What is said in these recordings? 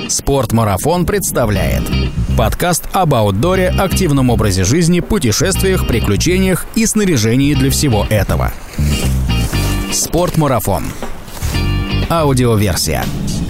Спортмарафон представляет подкаст об аутдоре, активном образе жизни, путешествиях, приключениях и снаряжении для всего этого. Спортмарафон. Аудиоверсия.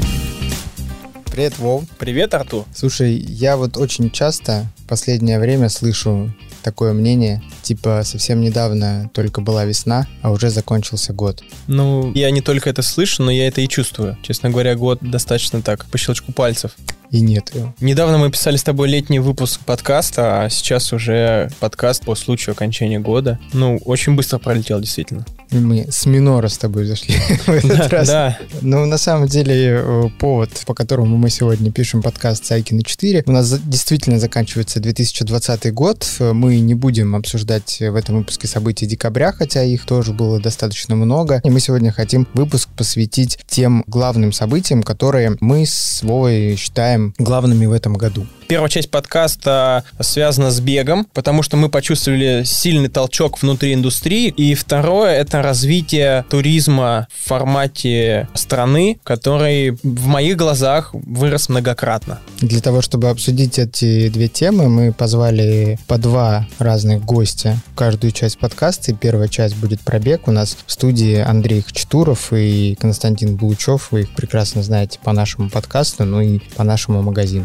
Привет, Вов. Привет, Артур. Слушай, я вот очень часто в последнее время слышу такое мнение, типа совсем недавно только была весна, а уже закончился год. Ну, я не только это слышу, но я это и чувствую. Честно говоря, год достаточно так, по щелчку пальцев. И нет его. Недавно мы писали с тобой летний выпуск подкаста, а сейчас уже подкаст по случаю окончания года. Ну, очень быстро пролетел, действительно. Мы с минора с тобой зашли в этот раз. Да. Ну, на самом деле, повод, по которому мы сегодня пишем подкаст «Сайкины 4», у нас действительно заканчивается 2020 год. Мы не будем обсуждать в этом выпуске события декабря, хотя их тоже было достаточно много. И мы сегодня хотим выпуск посвятить тем главным событиям, которые мы с Вовой считаем главными в этом году. Первая часть подкаста связана с бегом, потому что мы почувствовали сильный толчок внутри индустрии. И второе — это развитие туризма в формате страны, который в моих глазах вырос многократно. Для того, чтобы обсудить эти две темы, мы позвали по два разных гостя в каждую часть подкаста. И первая часть будет про бег. У нас в студии Андрей Хачатуров и Константин Булычев. Вы их прекрасно знаете по нашему подкасту, ну и по нашему магазину.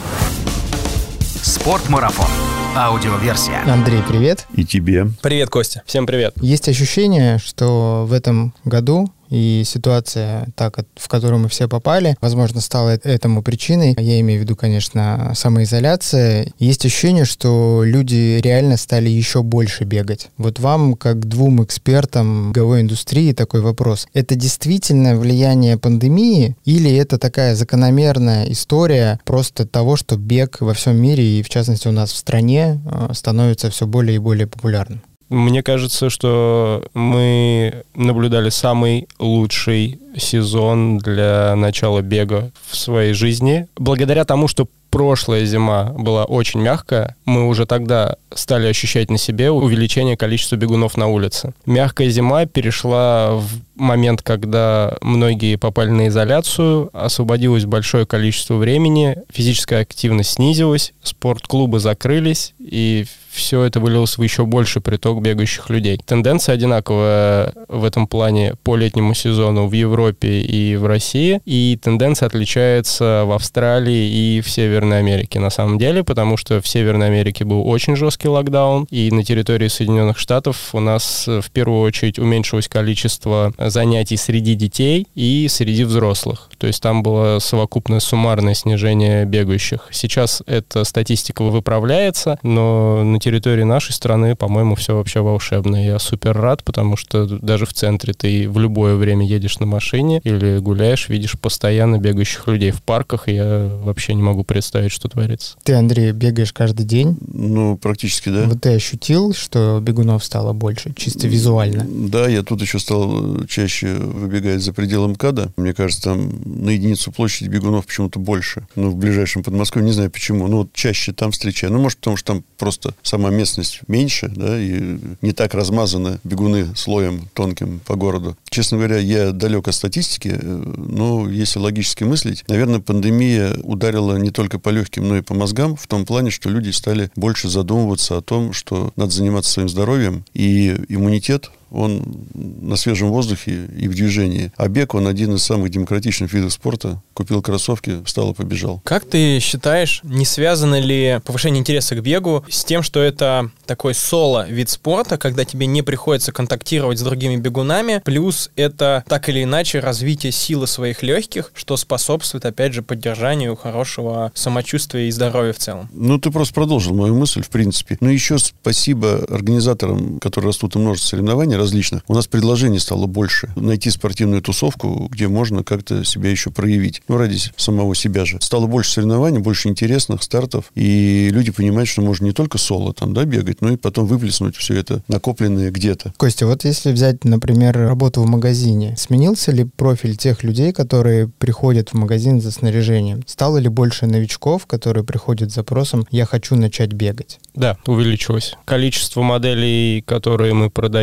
Спортмарафон. Аудиоверсия. Андрей, привет. И тебе. Привет, Костя. Всем привет. Есть ощущение, что в этом году и ситуация, в которую мы все попали, возможно, стала этому причиной. Я имею в виду, конечно, самоизоляция. Есть ощущение, что люди реально стали еще больше бегать. Вот вам, как двум экспертам беговой индустрии, такой вопрос. Это действительно влияние пандемии или это такая закономерная история просто того, что бег во всем мире и, в частности, у нас в стране становится все более и более популярным? Мне кажется, что мы наблюдали самый лучший сезон для начала бега в своей жизни. Благодаря тому, что прошлая зима была очень мягкая, мы уже тогда стали ощущать на себе увеличение количества бегунов на улице. Мягкая зима перешла в момент, когда многие попали на изоляцию, освободилось большое количество времени, физическая активность снизилась, спортклубы закрылись, и все это вылилось в еще больший приток бегающих людей. Тенденция одинаковая в этом плане по летнему сезону в Европе и в России, и тенденция отличается в Австралии и в Северной Америке на самом деле, потому что в Северной Америке был очень жесткий локдаун, и на территории Соединенных Штатов у нас в первую очередь уменьшилось количество занятий среди детей и среди взрослых. То есть там было совокупное суммарное снижение бегающих. Сейчас эта статистика выправляется, но на территории нашей страны, по-моему, все вообще волшебно. Я супер рад, потому что даже в центре ты в любое время едешь на машине или гуляешь, видишь постоянно бегающих людей в парках, и я вообще не могу представить, что творится. Ты, Андрей, бегаешь каждый день? Ну, практически, да. Вот ты ощутил, что бегунов стало больше, чисто визуально? Да, я тут еще стал чаще выбегать за пределы МКАДа. Мне кажется, там на единицу площади бегунов почему-то больше. Ну, в ближайшем Подмосковье, не знаю почему, но вот чаще там встречаю. Ну, может, потому что там просто сама местность меньше, да, и не так размазаны бегуны слоем тонким по городу. Честно говоря, я далек от статистики, но если логически мыслить, наверное, пандемия ударила не только по легким, но и по мозгам, в том плане, что люди стали больше задумываться о том, что надо заниматься своим здоровьем, и иммунитет, он на свежем воздухе и в движении. А бег, он один из самых демократичных видов спорта. Купил кроссовки, встал и побежал. Как ты считаешь, не связано ли повышение интереса к бегу с тем, что это такой соло-вид спорта, когда тебе не приходится контактировать с другими бегунами, плюс это так или иначе развитие силы своих легких, что способствует, опять же, поддержанию хорошего самочувствия и здоровья в целом? Ну, ты просто продолжил мою мысль, в принципе. Ну, еще спасибо организаторам, которые растут и множество соревнований различных. У нас предложений стало больше. Найти спортивную тусовку, где можно как-то себя еще проявить. Ну, ради самого себя же. Стало больше соревнований, больше интересных стартов. И люди понимают, что можно не только соло там, да, бегать, но и потом выплеснуть все это накопленное где-то. Костя, вот если взять, например, работу в магазине, сменился ли профиль тех людей, которые приходят в магазин за снаряжением? Стало ли больше новичков, которые приходят с запросом «я хочу начать бегать»? Да, увеличилось. Количество моделей, которые мы продаем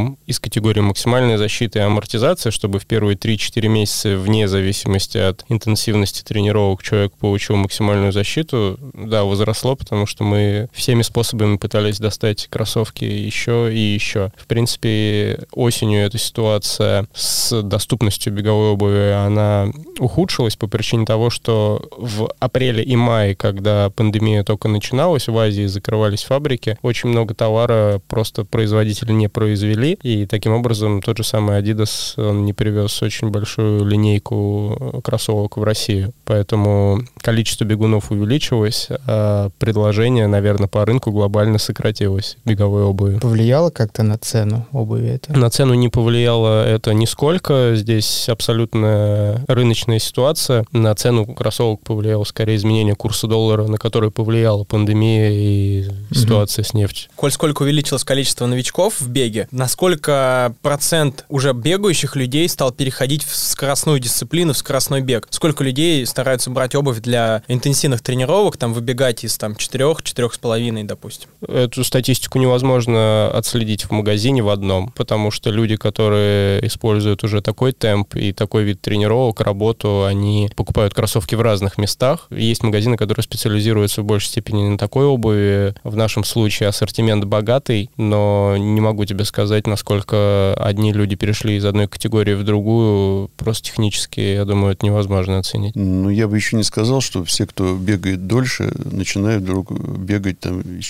переходом из категории максимальной защиты и амортизации, чтобы в первые 3-4 месяца, вне зависимости от интенсивности тренировок, человек получил максимальную защиту, да, возросло, потому что мы всеми способами пытались достать кроссовки еще и еще. В принципе, осенью эта ситуация с доступностью беговой обуви, она ухудшилась по причине того, что в апреле и мае, когда пандемия только начиналась, в Азии закрывались фабрики, очень много товара просто производители не произвели, и таким образом тот же самый Adidas, он не привез очень большую линейку кроссовок в Россию. Поэтому количество бегунов увеличилось, а предложение, наверное, по рынку глобально сократилось беговой обуви. Повлияло как-то на цену обуви это? На цену не повлияло это нисколько. Здесь абсолютно рыночная ситуация. На цену кроссовок повлияло скорее изменение курса доллара, на который повлияла пандемия и ситуация с нефтью. Коль сколько увеличилось количество новичков в беге, насколько процент уже бегающих людей стал переходить в скоростную дисциплину, в скоростной бег? Сколько людей стараются брать обувь для интенсивных тренировок, там, выбегать из 4-4,5, допустим? Эту статистику невозможно отследить в магазине в одном, потому что люди, которые используют уже такой темп и такой вид тренировок, работу, они покупают кроссовки в разных местах. Есть магазины, которые специализируются в большей степени на такой обуви. В нашем случае ассортимент богатый, но не могу тебе сказать, насколько одни люди перешли из одной категории в другую. Просто технически, я думаю, это невозможно оценить. Ну, я бы еще не сказал, что все, кто бегает дольше, начинают вдруг бегать там из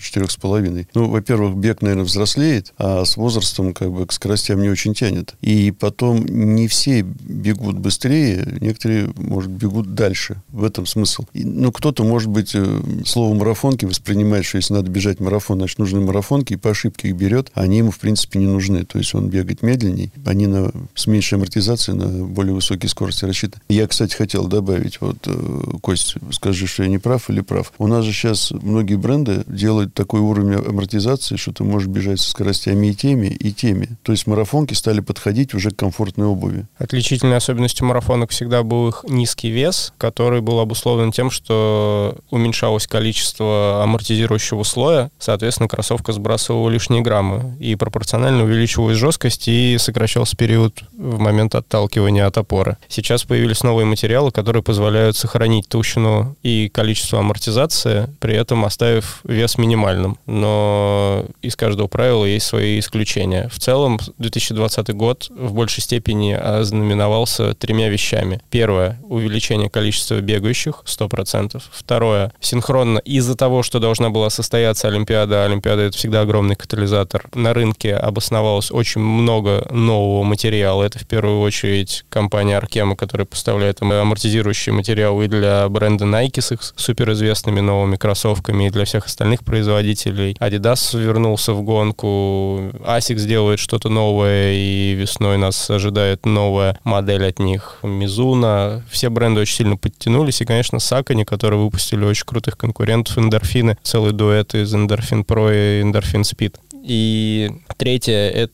4-4,5. Ну, во-первых, бег, наверное, взрослеет, а с возрастом как бы к скоростям не очень тянет. И потом не все бегут быстрее, некоторые, может, бегут дальше. В этом смысл. Ну, кто-то, может быть, слово марафонки воспринимает, что если надо бежать марафон, значит, нужны марафонки, и по ошибке их берет. Они ему, в принципе, не нужны. То есть он бегает медленнее. Они с меньшей амортизацией на более высокие скорости рассчитаны. Я, кстати, хотел добавить, Кость, скажи, что я не прав или прав. У нас же сейчас многие бренды делают такой уровень амортизации, что ты можешь бежать со скоростями и теми, и теми. То есть марафонки стали подходить уже к комфортной обуви. Отличительной особенностью марафонок всегда был их низкий вес, который был обусловлен тем, что уменьшалось количество амортизирующего слоя, соответственно, кроссовка сбрасывала лишние граммы, и пропорционально увеличивалась жесткость и сокращался период в момент отталкивания от опоры. Сейчас появились новые материалы, которые позволяют сохранить толщину и количество амортизации, при этом оставив вес минимальным. Но из каждого правила есть свои исключения. В целом, 2020 год в большей степени ознаменовался 3 вещами. Первое — увеличение количества бегающих, 100%. Второе — синхронно из-за того, что должна была состояться Олимпиада, Олимпиада — это всегда огромный катализатор, на рынке обосновалось очень много нового материала. Это в первую очередь компания Arkema, которая поставляет амортизирующие материалы и для бренда Nike с их суперизвестными новыми кроссовками, и для всех остальных производителей. Adidas вернулся в гонку, Asics делает что-то новое, и весной нас ожидает новая модель от них. Mizuno. Все бренды очень сильно подтянулись, и, конечно, Saucony, которые выпустили очень крутых конкурентов, эндорфины, целый дуэт из Endorphin Pro и Endorphin Speed. И третье —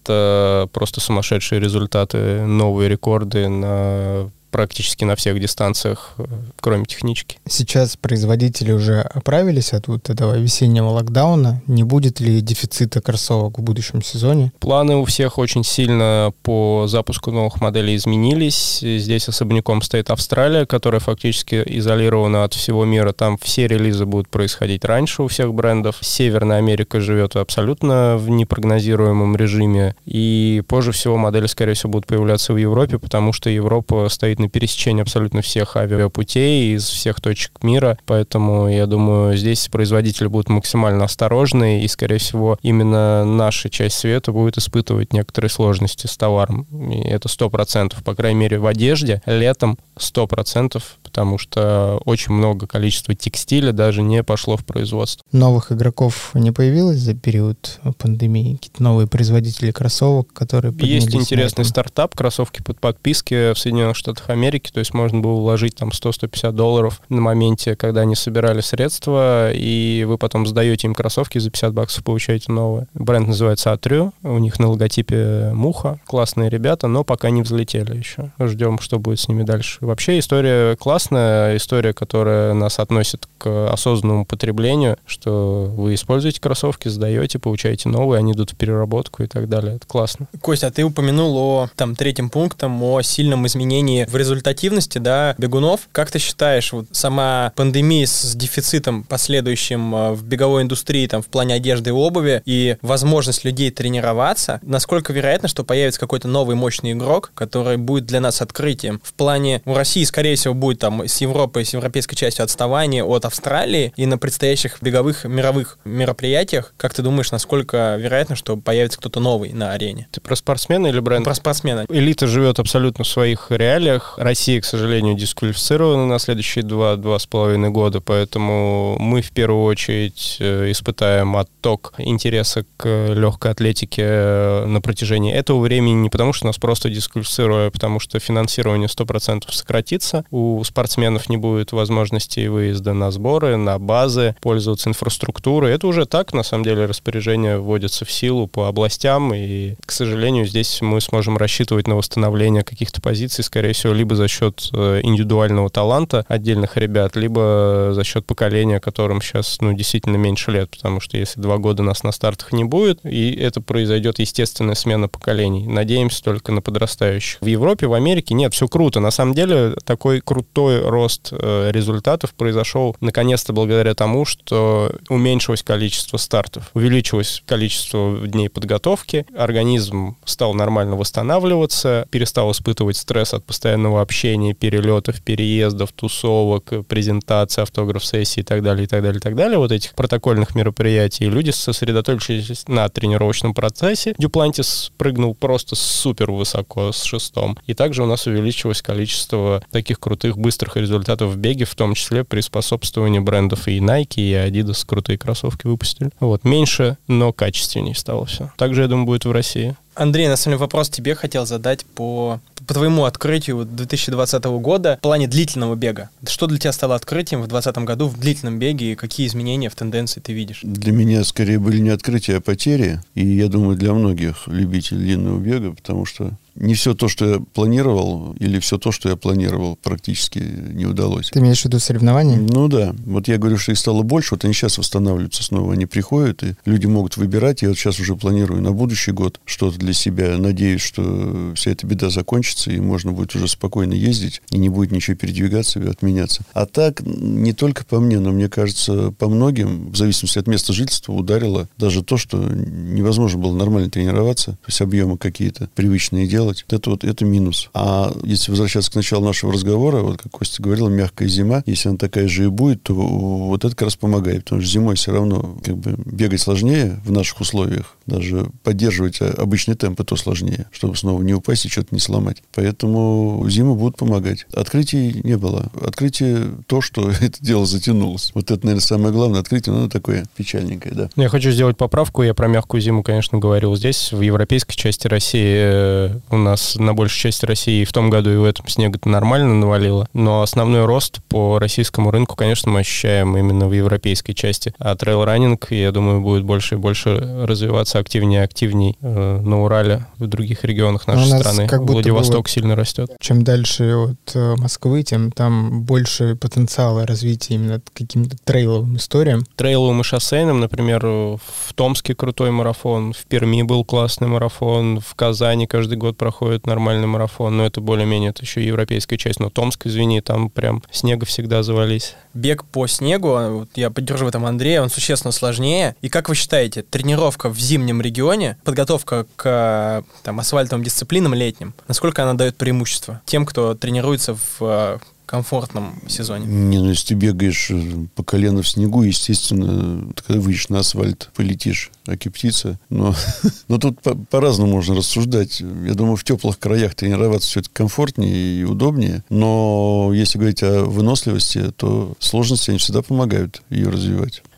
это просто сумасшедшие результаты, новые рекорды практически на всех дистанциях, кроме технички. Сейчас производители уже оправились от этого весеннего локдауна. Не будет ли дефицита кроссовок в будущем сезоне? Планы у всех очень сильно по запуску новых моделей изменились. Здесь особняком стоит Австралия, которая фактически изолирована от всего мира. Там все релизы будут происходить раньше у всех брендов. Северная Америка живет абсолютно в непрогнозируемом режиме. И позже всего модели, скорее всего, будут появляться в Европе, потому что Европа стоит на пересечении абсолютно всех авиапутей из всех точек мира, поэтому, я думаю, здесь производители будут максимально осторожны, и, скорее всего, именно наша часть света будет испытывать некоторые сложности с товаром. И это 100%, по крайней мере, в одежде летом 100%, потому что очень много количества текстиля даже не пошло в производство. Новых игроков не появилось за период пандемии? Какие-то новые производители кроссовок, которые поднялись? Есть интересный стартап, кроссовки под подписки в Соединенных Штатах Америки, то есть можно было вложить там $100-150 на моменте, когда они собирали средства, и вы потом сдаете им кроссовки, за $50 получаете новые. Бренд называется Atrium, у них на логотипе муха, классные ребята, но пока не взлетели еще. Ждем, что будет с ними дальше. Вообще история классная, классная история, которая нас относит к осознанному потреблению, что вы используете кроссовки, сдаете, получаете новые, они идут в переработку и так далее. Это классно. Костя, а ты упомянул о третьем пунктом, о сильном изменении в результативности, да, бегунов. Как ты считаешь, вот сама пандемия с дефицитом последующим в беговой индустрии, в плане одежды и обуви, и возможность людей тренироваться, насколько вероятно, что появится какой-то новый мощный игрок, который будет для нас открытием? В плане, у России, скорее всего, будет с Европой, с европейской частью отставание от Австралии, и на предстоящих беговых мировых мероприятиях, как ты думаешь, насколько вероятно, что появится кто-то новый на арене? Ты про спортсмена или бренд? Про спортсмена. Элита живет абсолютно в своих реалиях. Россия, к сожалению, дисквалифицирована на следующие 2-2,5 года, поэтому мы в первую очередь испытаем отток интереса к легкой атлетике на протяжении этого времени, не потому что нас просто дисквалифицируют, а потому что финансирование 100% сократится, у спортсменов не будет возможности выезда на сборы, на базы, пользоваться инфраструктурой. Это уже так, на самом деле, распоряжения вводятся в силу по областям, и, к сожалению, здесь мы сможем рассчитывать на восстановление каких-то позиций, скорее всего, либо за счет индивидуального таланта отдельных ребят, либо за счет поколения, которым сейчас, действительно меньше лет, потому что если 2 года нас на стартах не будет, и это произойдет естественная смена поколений. Надеемся только на подрастающих. В Европе, в Америке нет, все круто. На самом деле, такой крутой рост результатов произошел наконец-то благодаря тому, что уменьшилось количество стартов, увеличилось количество дней подготовки, организм стал нормально восстанавливаться, перестал испытывать стресс от постоянного общения, перелетов, переездов, тусовок, презентаций, автограф-сессий и так далее, и так далее, и так далее, вот этих протокольных мероприятий. Люди сосредоточились на тренировочном процессе. Дюплантис прыгнул просто супер высоко с 6-м. И также у нас увеличилось количество таких крутых, быстрых результатов в беге, в том числе при способствовании брендов и Nike, и Adidas крутые кроссовки выпустили. Вот, меньше, но качественнее стало все. Также, я думаю, будет в России. Андрей, на самом деле, вопрос тебе хотел задать по твоему открытию 2020 года в плане длительного бега. Что для тебя стало открытием в 2020 году в длительном беге, и какие изменения в тенденции ты видишь? Для меня скорее были не открытия, а потери. И я думаю, для многих любителей длинного бега, потому что не все то, что я планировал, или все то, что я планировал, практически не удалось. Ты имеешь в виду соревнования? Ну да. Вот я говорю, что их стало больше, вот они сейчас восстанавливаются снова, они приходят, и люди могут выбирать. Я вот сейчас уже планирую на будущий год что-то для себя. Надеюсь, что вся эта беда закончится, и можно будет уже спокойно ездить, и не будет ничего передвигаться и отменяться. А так, не только по мне, но мне кажется, по многим, в зависимости от места жительства, ударило даже то, что невозможно было нормально тренироваться, то есть объемы какие-то привычные делать. Это минус. А если возвращаться к началу нашего разговора, вот как Костя говорил, мягкая зима, если она такая же и будет, то вот это как раз помогает, потому что зимой все равно бегать сложнее в наших условиях, даже поддерживать обычный темп это сложнее, чтобы снова не упасть и что-то не сломать. Поэтому зимы будут помогать. Открытий не было. Открытие то, что это дело затянулось. Вот это, наверное, самое главное открытие, но оно такое печальненькое, да. Я хочу сделать поправку. Я про мягкую зиму, конечно, говорил здесь. В европейской части России у нас на большей части России в том году и в этом снега-то нормально навалило. Но основной рост по российскому рынку, конечно, мы ощущаем именно в европейской части. А трейл-раннинг, я думаю, будет больше и больше развиваться активнее и активнее на Урале, в других регионах нашей страны. Владивосток сильно растет. Чем дальше от Москвы, тем там больше потенциала развития именно к каким-то трейловым историям. Трейловым и шоссейным, например, в Томске крутой марафон, в Перми был классный марафон, в Казани каждый год проходит нормальный марафон, но это более-менее, это еще европейская часть, но Томск, извини, там прям снега всегда завались. Бег по снегу, вот я поддерживаю там Андрея, он существенно сложнее. И как вы считаете, тренировка в зимнем регионе, подготовка к асфальтовым дисциплинам летним, насколько она дает преимущество тем, кто тренируется в комфортном сезоне? Если ты бегаешь по колено в снегу, естественно, ты, когда выйдешь на асфальт, полетишь, аки птица. Но тут по-разному можно рассуждать. Я думаю, в теплых краях тренироваться все-таки комфортнее и удобнее. Но если говорить о выносливости, то сложности, они всегда помогают ее развивать.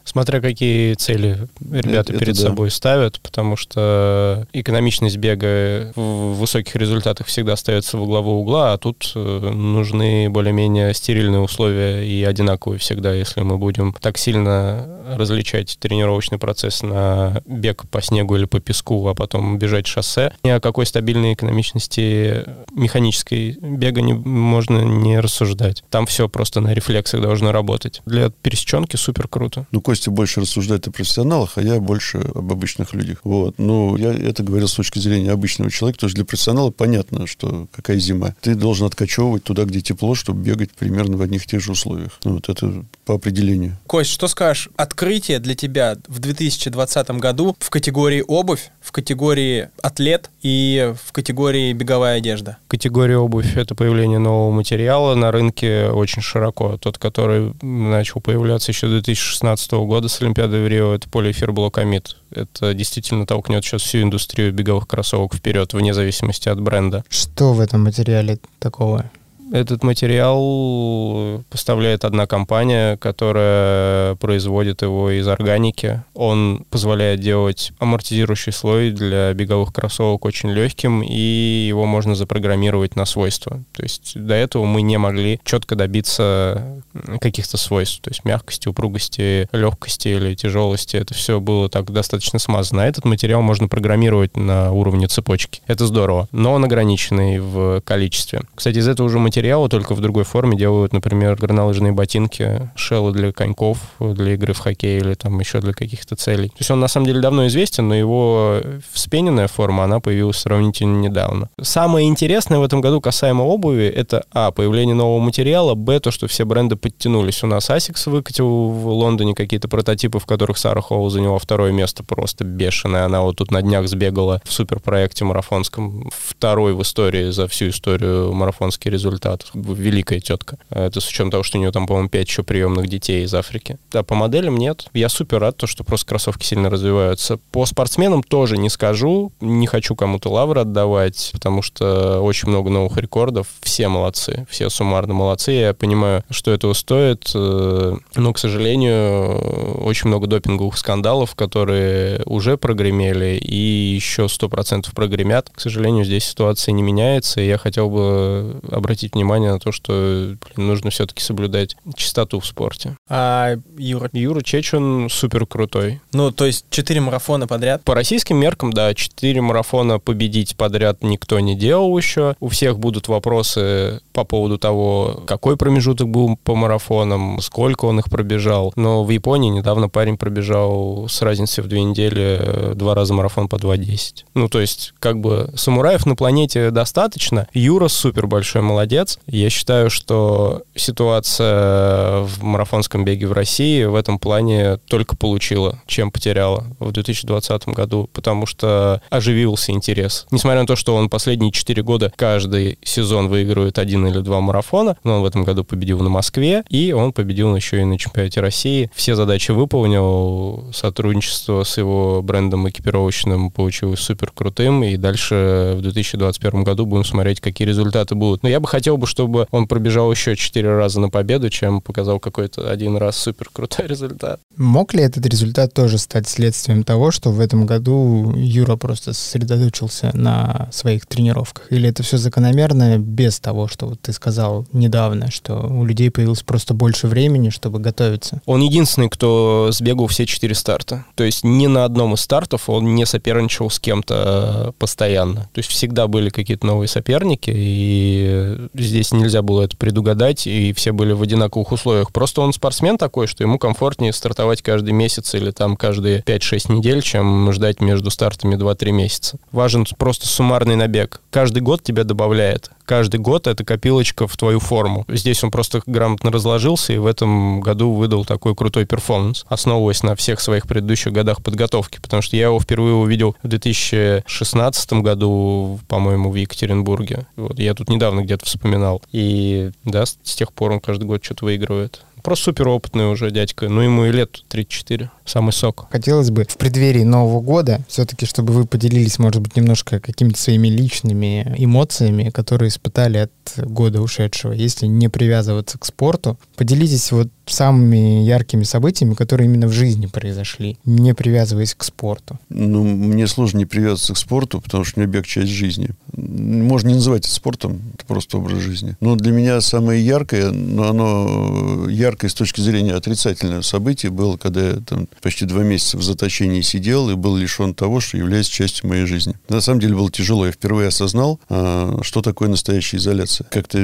Смотря какие цели ребята перед собой ставят, потому что экономичность бега в высоких результатах всегда остается во главу угла, а тут нужны более-менее стерильные условия и одинаковые всегда, если мы будем так сильно различать тренировочный процесс на бег по снегу или по песку, а потом бежать шоссе. Ни о какой стабильной экономичности механической бега можно не рассуждать. Там все просто на рефлексах должно работать. Для пересеченки супер круто. Костя больше рассуждает о профессионалах, а я больше об обычных людях. Вот. Ну, я это говорил с точки зрения обычного человека, потому что для профессионала понятно, что какая зима. Ты должен откачевывать туда, где тепло, чтобы бегать примерно в одних и тех же условиях. Вот это по определению. Кость, что скажешь? Открытие для тебя в 2020 году в категории обувь, в категории атлет и в категории беговая одежда? Категория обувь — это появление нового материала на рынке очень широко. Тот, который начал появляться еще 2016 года с Олимпиады в Рио, это полиэфирблокамид. Это действительно толкнет сейчас всю индустрию беговых кроссовок вперед, вне зависимости от бренда. Что в этом материале такого? Этот материал поставляет одна компания, которая производит его из органики. Он позволяет делать амортизирующий слой для беговых кроссовок очень легким, и его можно запрограммировать на свойства. То есть до этого мы не могли четко добиться каких-то свойств. То есть мягкости, упругости, легкости или тяжелости. Это все было так достаточно смазано. А этот материал можно программировать на уровне цепочки. Это здорово. Но он ограниченный в количестве. Кстати, из этого же материала только в другой форме делают, например, горнолыжные ботинки, шеллы для коньков, для игры в хоккей или там еще для каких-то целей. То есть он на самом деле давно известен, но его вспененная форма, она появилась сравнительно недавно. Самое интересное в этом году касаемо обуви — это появление нового материала, то, что все бренды подтянулись. У нас Asics выкатил в Лондоне какие-то прототипы, в которых Сара Холл заняла второе место, просто бешеное. Она вот тут на днях сбегала в суперпроекте марафонском, второй в истории за всю историю марафонский результат. Великая тетка. Это с учетом того, что у нее там, по-моему, 5 еще приемных детей из Африки. А по моделям нет. Я супер рад, что просто кроссовки сильно развиваются. По спортсменам тоже не скажу. Не хочу кому-то лавры отдавать, потому что очень много новых рекордов. Все молодцы. Все суммарно молодцы. Я понимаю, что этого стоит. Но, к сожалению, очень много допинговых скандалов, которые уже прогремели и еще 100% прогремят. К сожалению, здесь ситуация не меняется. И я хотел бы обратить внимание на то, что нужно все-таки соблюдать чистоту в спорте. А Юра? Юра Чечен супер крутой. Ну, то есть 4 марафона подряд? По российским меркам, да, 4 марафона победить подряд никто не делал еще. У всех будут вопросы по поводу того, какой промежуток был по марафонам, сколько он их пробежал. Но в Японии недавно парень пробежал с разницей в 2 недели 2 раза марафон по 2:10. Ну, то есть, как бы, самураев на планете достаточно. Юра супер большой молодец. Я считаю, что ситуация в марафонском беге в России в этом плане только получила, чем потеряла в 2020 году, потому что оживился интерес. Несмотря на то, что он последние 4 года каждый сезон выигрывает 1 или 2 марафона, но он в этом году победил на Москве, и он победил еще и на чемпионате России. Все задачи выполнил, сотрудничество с его брендом экипировочным получилось супер крутым, и дальше в 2021 году будем смотреть, какие результаты будут. Но я бы хотел, чтобы он пробежал еще 4 раза на победу, чем показал какой-то 1 раз супер крутой результат. Мог ли этот результат тоже стать следствием того, что в этом году Юра просто сосредоточился на своих тренировках? Или это все закономерно без того, что вот ты сказал недавно, что у людей появилось просто больше времени, чтобы готовиться? Он единственный, кто сбегал все 4 старта. То есть ни на одном из стартов он не соперничал с кем-то постоянно. То есть всегда были какие-то новые соперники, и здесь нельзя было это предугадать, и все были в одинаковых условиях. Просто он спортсмен такой, что ему комфортнее стартовать каждый месяц или там каждые 5-6 недель, чем ждать между стартами 2-3 месяца. Важен просто суммарный набег. Каждый год тебя добавляет. Каждый год это копилочка в твою форму. Здесь он просто грамотно разложился и в этом году выдал такой крутой перформанс, основываясь на всех своих предыдущих годах подготовки, потому что я его впервые увидел в 2016 году, по-моему, в Екатеринбурге. Вот, я тут недавно где-то вспоминал. И да, с тех пор он каждый год что-то выигрывает. Просто суперопытный уже дядька. Ну, ему и лет 34. Самый сок. Хотелось бы в преддверии Нового года все-таки, чтобы вы поделились, может быть, немножко какими-то своими личными эмоциями, которые испытали от года ушедшего. Если не привязываться к спорту, поделитесь вот самыми яркими событиями, которые именно в жизни произошли, не привязываясь к спорту? Ну, мне сложно не привязываться к спорту, потому что у меня бег — часть жизни. Можно не называть это спортом, это просто образ жизни. Но для меня самое яркое, но оно яркое с точки зрения отрицательного события было, когда я там почти 2 месяца в заточении сидел и был лишен того, что является частью моей жизни. На самом деле было тяжело. Я впервые осознал, что такое настоящая изоляция. Как-то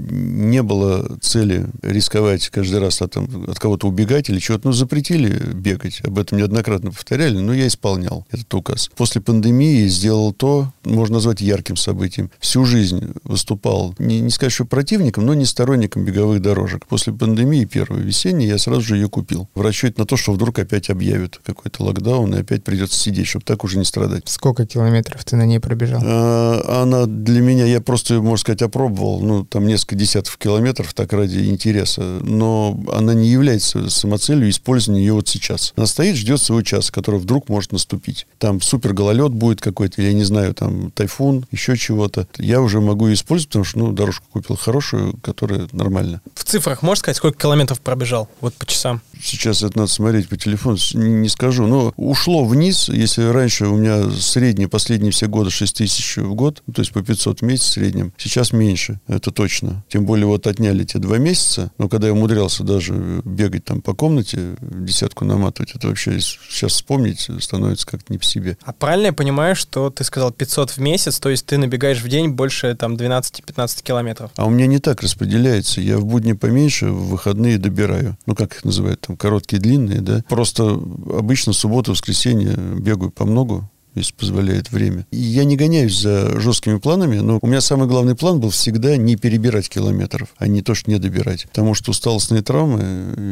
не было цели рисковать каждый раз от кого-то убегать или чего-то. Ну, запретили бегать. Об этом неоднократно повторяли, но я исполнял этот указ. После пандемии сделал то, можно назвать ярким событием. Всю жизнь выступал, не сказать, что противником, но не сторонником беговых дорожек. После пандемии первой весенней я сразу же ее купил. В расчете на то, что вдруг опять объявят какой-то локдаун, и опять придется сидеть, чтобы так уже не страдать. Сколько километров ты на ней пробежал? Она для меня, я просто ее, можно сказать, опробовал, там несколько десятков километров, так ради интереса, но она не является самоцелью использования ее вот сейчас. Она стоит, ждет своего часа, который вдруг может наступить. Там супер гололед будет какой-то, или, я не знаю, там тайфун, еще чего-то. Я уже могу ее использовать, потому что, дорожку купил хорошую, которая нормальная. В цифрах можешь сказать, сколько километров пробежал? Вот по часам. Сейчас это надо смотреть по телефону, не скажу. Но ушло вниз, если раньше у меня средние последние все годы 6 тысяч в год, то есть по 500 в месяц в среднем, сейчас меньше, это точно. Тем более вот отняли те 2 месяца, но когда я умудрялся даже бегать там по комнате, десятку наматывать, это вообще сейчас вспомнить становится как-то не по себе. А правильно я понимаю, что ты сказал 500 в месяц, то есть ты набегаешь в день больше там 12-15 километров? А у меня не так распределяется. Я в будни поменьше, в выходные добираю. Как их называют? Там короткие, длинные, да? Просто обычно субботу, воскресенье бегаю по многу, если позволяет время. И я не гоняюсь за жесткими планами, но у меня самый главный план был всегда не перебирать километров, а не то, что не добирать. Потому что усталостные травмы,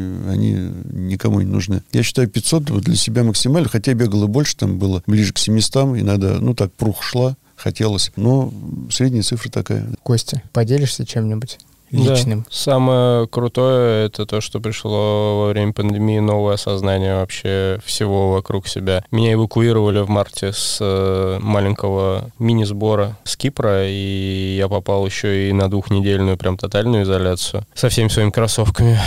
они никому не нужны. Я считаю 500 для себя максимально, хотя бегал и больше, там было ближе к 700, иногда, так прух шла, хотелось, но средняя цифра такая. Костя, поделишься чем-нибудь личным? Да. Самое крутое — это то, что пришло во время пандемии новое осознание вообще всего вокруг себя. Меня эвакуировали в марте с маленького мини-сбора с Кипра, и я попал еще и на 2-недельную прям тотальную изоляцию со всеми своими кроссовками.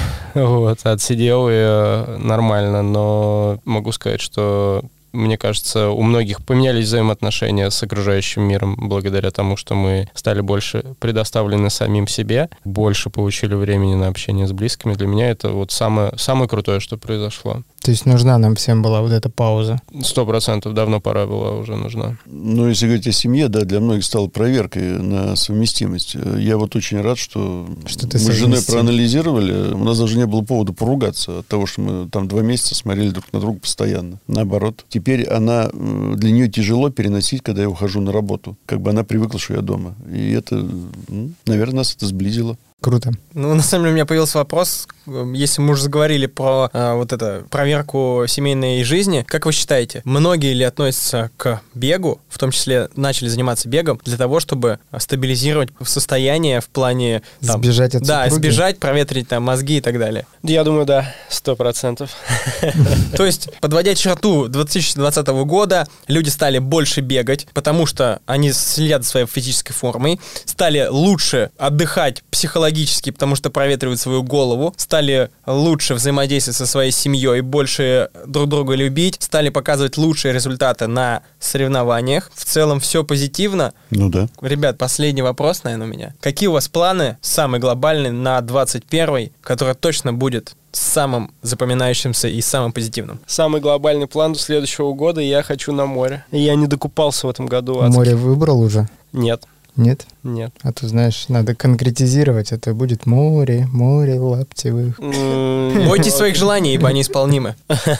Отсидел я нормально, но могу сказать, что мне кажется, у многих поменялись взаимоотношения с окружающим миром благодаря тому, что мы стали больше предоставлены самим себе, больше получили времени на общение с близкими. Для меня это самое крутое, что произошло. То есть нужна нам всем была вот эта пауза? 100%, давно пора была уже нужна. Если говорить о семье, да, для многих стала проверкой на совместимость. Я очень рад, что мы с женой проанализировали. У нас даже не было повода поругаться от того, что мы там 2 месяца смотрели друг на друга постоянно. Наоборот. Теперь для нее тяжело переносить, когда я ухожу на работу. Она привыкла, что я дома. И это, наверное, нас это сблизило. Круто. На самом деле у меня появился вопрос, если мы уже заговорили про проверку семейной жизни, как вы считаете, многие ли относятся к бегу, в том числе начали заниматься бегом, для того, чтобы стабилизировать состояние в плане... Сбежать от супруги? Да, сбежать, проветрить мозги и так далее. Я думаю, да, 100%. То есть, подводя черту 2020 года, люди стали больше бегать, потому что они следят за своей физической формой, стали лучше отдыхать психологически, потому что проветривают свою голову, стали лучше взаимодействовать со своей семьей, больше друг друга любить, стали показывать лучшие результаты на соревнованиях. В целом все позитивно. Да. Ребят, последний вопрос, наверное, у меня. Какие у вас планы, самые глобальные, на 21-й, который точно будет самым запоминающимся и самым позитивным? Самый глобальный план до следующего года — я хочу на море. Я не докупался в этом году. Море выбрал уже? Нет. Нет? Нет. А то, знаешь, надо конкретизировать, это будет море лаптевых. Бойтесь своих желаний, ибо они исполнимы.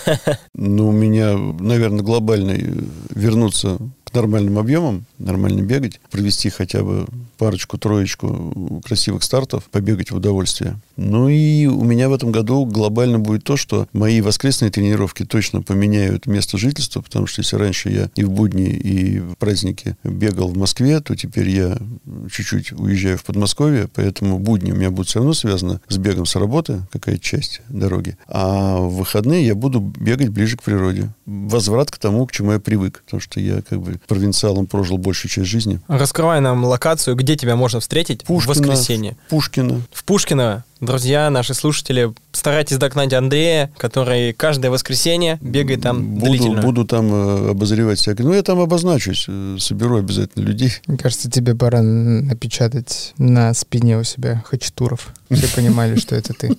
У меня, наверное, глобальный вернуться к нормальным объемам, нормально бегать, провести хотя бы парочку-троечку красивых стартов, побегать в удовольствие. И у меня в этом году глобально будет то, что мои воскресные тренировки точно поменяют место жительства, потому что если раньше я и в будни, и в праздники бегал в Москве, то теперь я чуть-чуть уезжаю в Подмосковье, поэтому будни у меня будут все равно связаны с бегом с работы, какая-то часть дороги, а в выходные я буду бегать ближе к природе. Возврат к тому, к чему я привык, потому что я провинциалом прожил большую часть жизни. Раскрывай нам локацию, где тебя можно встретить в воскресенье. Пушкино. В Пушкино. Друзья, наши слушатели, старайтесь догнать Андрея, который каждое воскресенье бегает там длительно. Буду там обозревать всякое. Ну, я там обозначусь, соберу обязательно людей. Мне кажется, тебе пора напечатать на спине у себя Хачатуров. Все понимали, что это ты.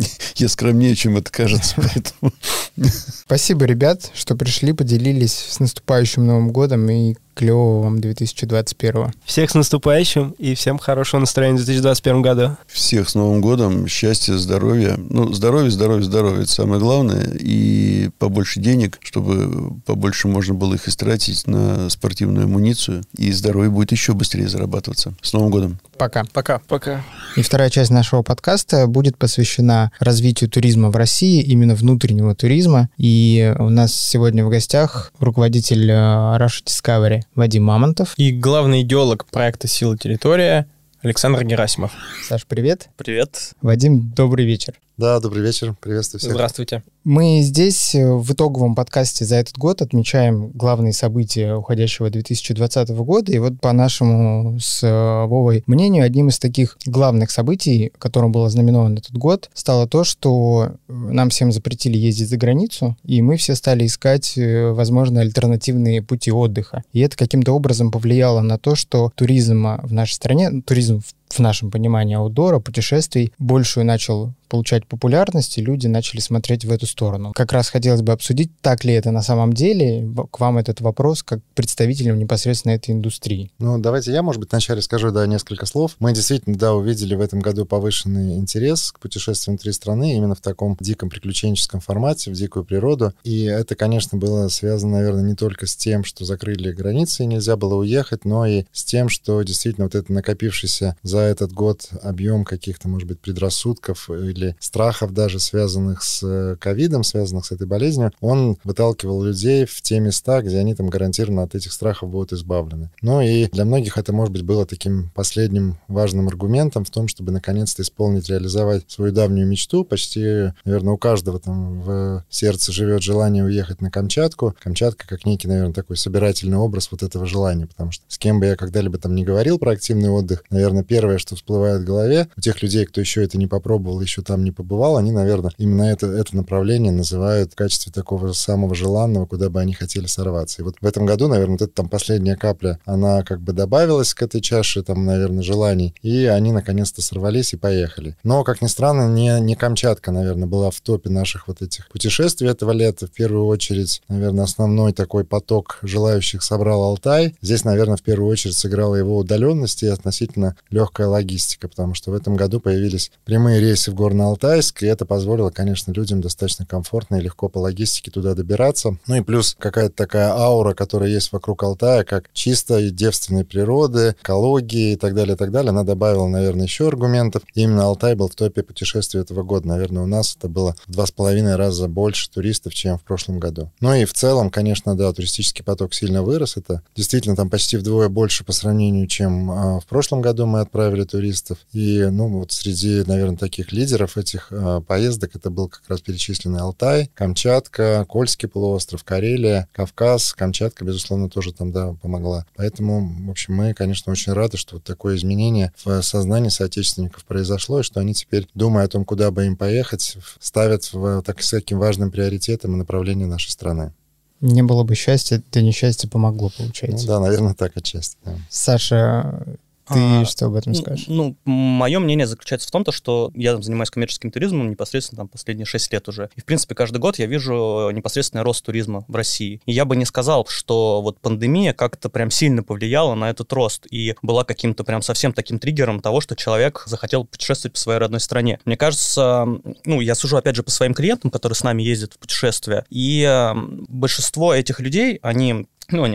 Я скромнее, чем это кажется, поэтому... Спасибо, ребят, что пришли, поделились. С наступающим Новым годом и клевого вам 2021. Всех с наступающим и всем хорошего настроения в 2021 году. Всех с Новым годом, счастья, здоровья. Ну, здоровье, это самое главное. И побольше денег, чтобы побольше можно было их истратить на спортивную амуницию. И здоровье будет еще быстрее зарабатываться. С Новым годом. Пока. Пока. И вторая часть нашего подкаста будет посвящена развитию туризма в России, именно внутреннего туризма. И у нас сегодня в гостях руководитель Russia Discovery Вадим Мамонтов. И главный идеолог проекта «Сила территория» Александр Герасимов. Саш, привет. Привет. Вадим, добрый вечер. Да, добрый вечер. Приветствую всех. Здравствуйте. Мы здесь в итоговом подкасте за этот год отмечаем главные события уходящего 2020 года. И вот по нашему с Вовой мнению, одним из таких главных событий, которым был ознаменован этот год, стало то, что нам всем запретили ездить за границу, и мы все стали искать, возможно, альтернативные пути отдыха. И это каким-то образом повлияло на то, что туризм в нашей стране, туризм в нашем понимании аутдора, путешествий, большую начал получать популярность, и люди начали смотреть в эту сторону. Как раз хотелось бы обсудить, так ли это на самом деле. К вам этот вопрос как представителям непосредственно этой индустрии. Ну, давайте я, может быть, вначале скажу, несколько слов. Мы действительно, увидели в этом году повышенный интерес к путешествиям внутри страны, именно в таком диком приключенческом формате, в дикую природу. И это, конечно, было связано, наверное, не только с тем, что закрыли границы и нельзя было уехать, но и с тем, что действительно вот это накопившийся за этот год объем каких-то, может быть, предрассудков или страхов даже, связанных с ковидом, связанных с этой болезнью, он выталкивал людей в те места, где они там гарантированно от этих страхов будут избавлены. Ну и для многих это, может быть, было таким последним важным аргументом в том, чтобы наконец-то исполнить, реализовать свою давнюю мечту. Почти, наверное, у каждого там в сердце живет желание уехать на Камчатку. Камчатка как некий, наверное, такой собирательный образ вот этого желания, потому что с кем бы я когда-либо там не говорил про активный отдых, наверное, первое, что всплывает в голове у тех людей, кто еще это не попробовал, еще там не побывал, они, наверное, именно это направление называют в качестве такого самого желанного, куда бы они хотели сорваться. И вот в этом году, наверное, вот эта там последняя капля, она как бы добавилась к этой чаше, там, наверное, желаний, и они наконец-то сорвались и поехали. Но, как ни странно, не Камчатка, наверное, была в топе наших вот этих путешествий этого лета. В первую очередь, наверное, основной такой поток желающих собрал Алтай. Здесь, наверное, в первую очередь сыграла его удаленность и относительно легкая логистика, потому что в этом году появились прямые рейсы в Горно-Алтайск, и это позволило, конечно, людям достаточно комфортно и легко по логистике туда добираться. Ну и плюс какая-то такая аура, которая есть вокруг Алтая, как чистой девственной природы, экологии и так далее, она добавила, наверное, еще аргументов. И именно Алтай был в топе путешествий этого года. Наверное, у нас это было в 2,5 раза больше туристов, чем в прошлом году. Ну и в целом, конечно, да, туристический поток сильно вырос. Это действительно там почти вдвое больше по сравнению, чем в прошлом году мы отправили туристов. И, вот среди, наверное, таких лидеров этих поездок это был как раз перечисленный Алтай, Камчатка, Кольский полуостров, Карелия, Кавказ. Камчатка, безусловно, тоже там, помогла. Поэтому, в общем, мы, конечно, очень рады, что вот такое изменение в сознании соотечественников произошло, и что они теперь, думая о том, куда бы им поехать, ставят с таким важным приоритетом и направлением нашей страны. Не было бы счастья, да несчастье помогло, получается. Ну да, наверное, так отчасти. Да. Саша, ты что об этом скажешь? Мое мнение заключается в том, что я занимаюсь коммерческим туризмом непосредственно последние 6 лет уже. И, в принципе, каждый год я вижу непосредственный рост туризма в России. И я бы не сказал, что вот пандемия как-то прям сильно повлияла на этот рост и была каким-то прям совсем таким триггером того, что человек захотел путешествовать по своей родной стране. Мне кажется, я сужу опять же по своим клиентам, которые с нами ездят в путешествия, и большинство этих людей, они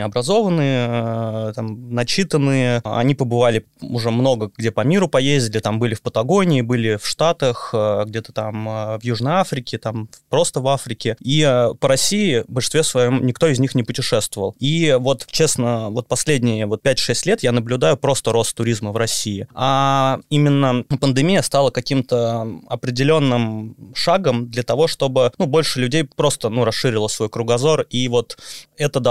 образованные, начитанные, они побывали уже много где по миру поездили, там были в Патагонии, были в Штатах, где-то там в Южной Африке, там просто в Африке. И по России в большинстве своем никто из них не путешествовал. И вот, честно, последние 5-6 лет я наблюдаю просто рост туризма в России. А именно пандемия стала каким-то определенным шагом для того, чтобы больше людей просто расширило свой кругозор. И вот это дало, мне кажется,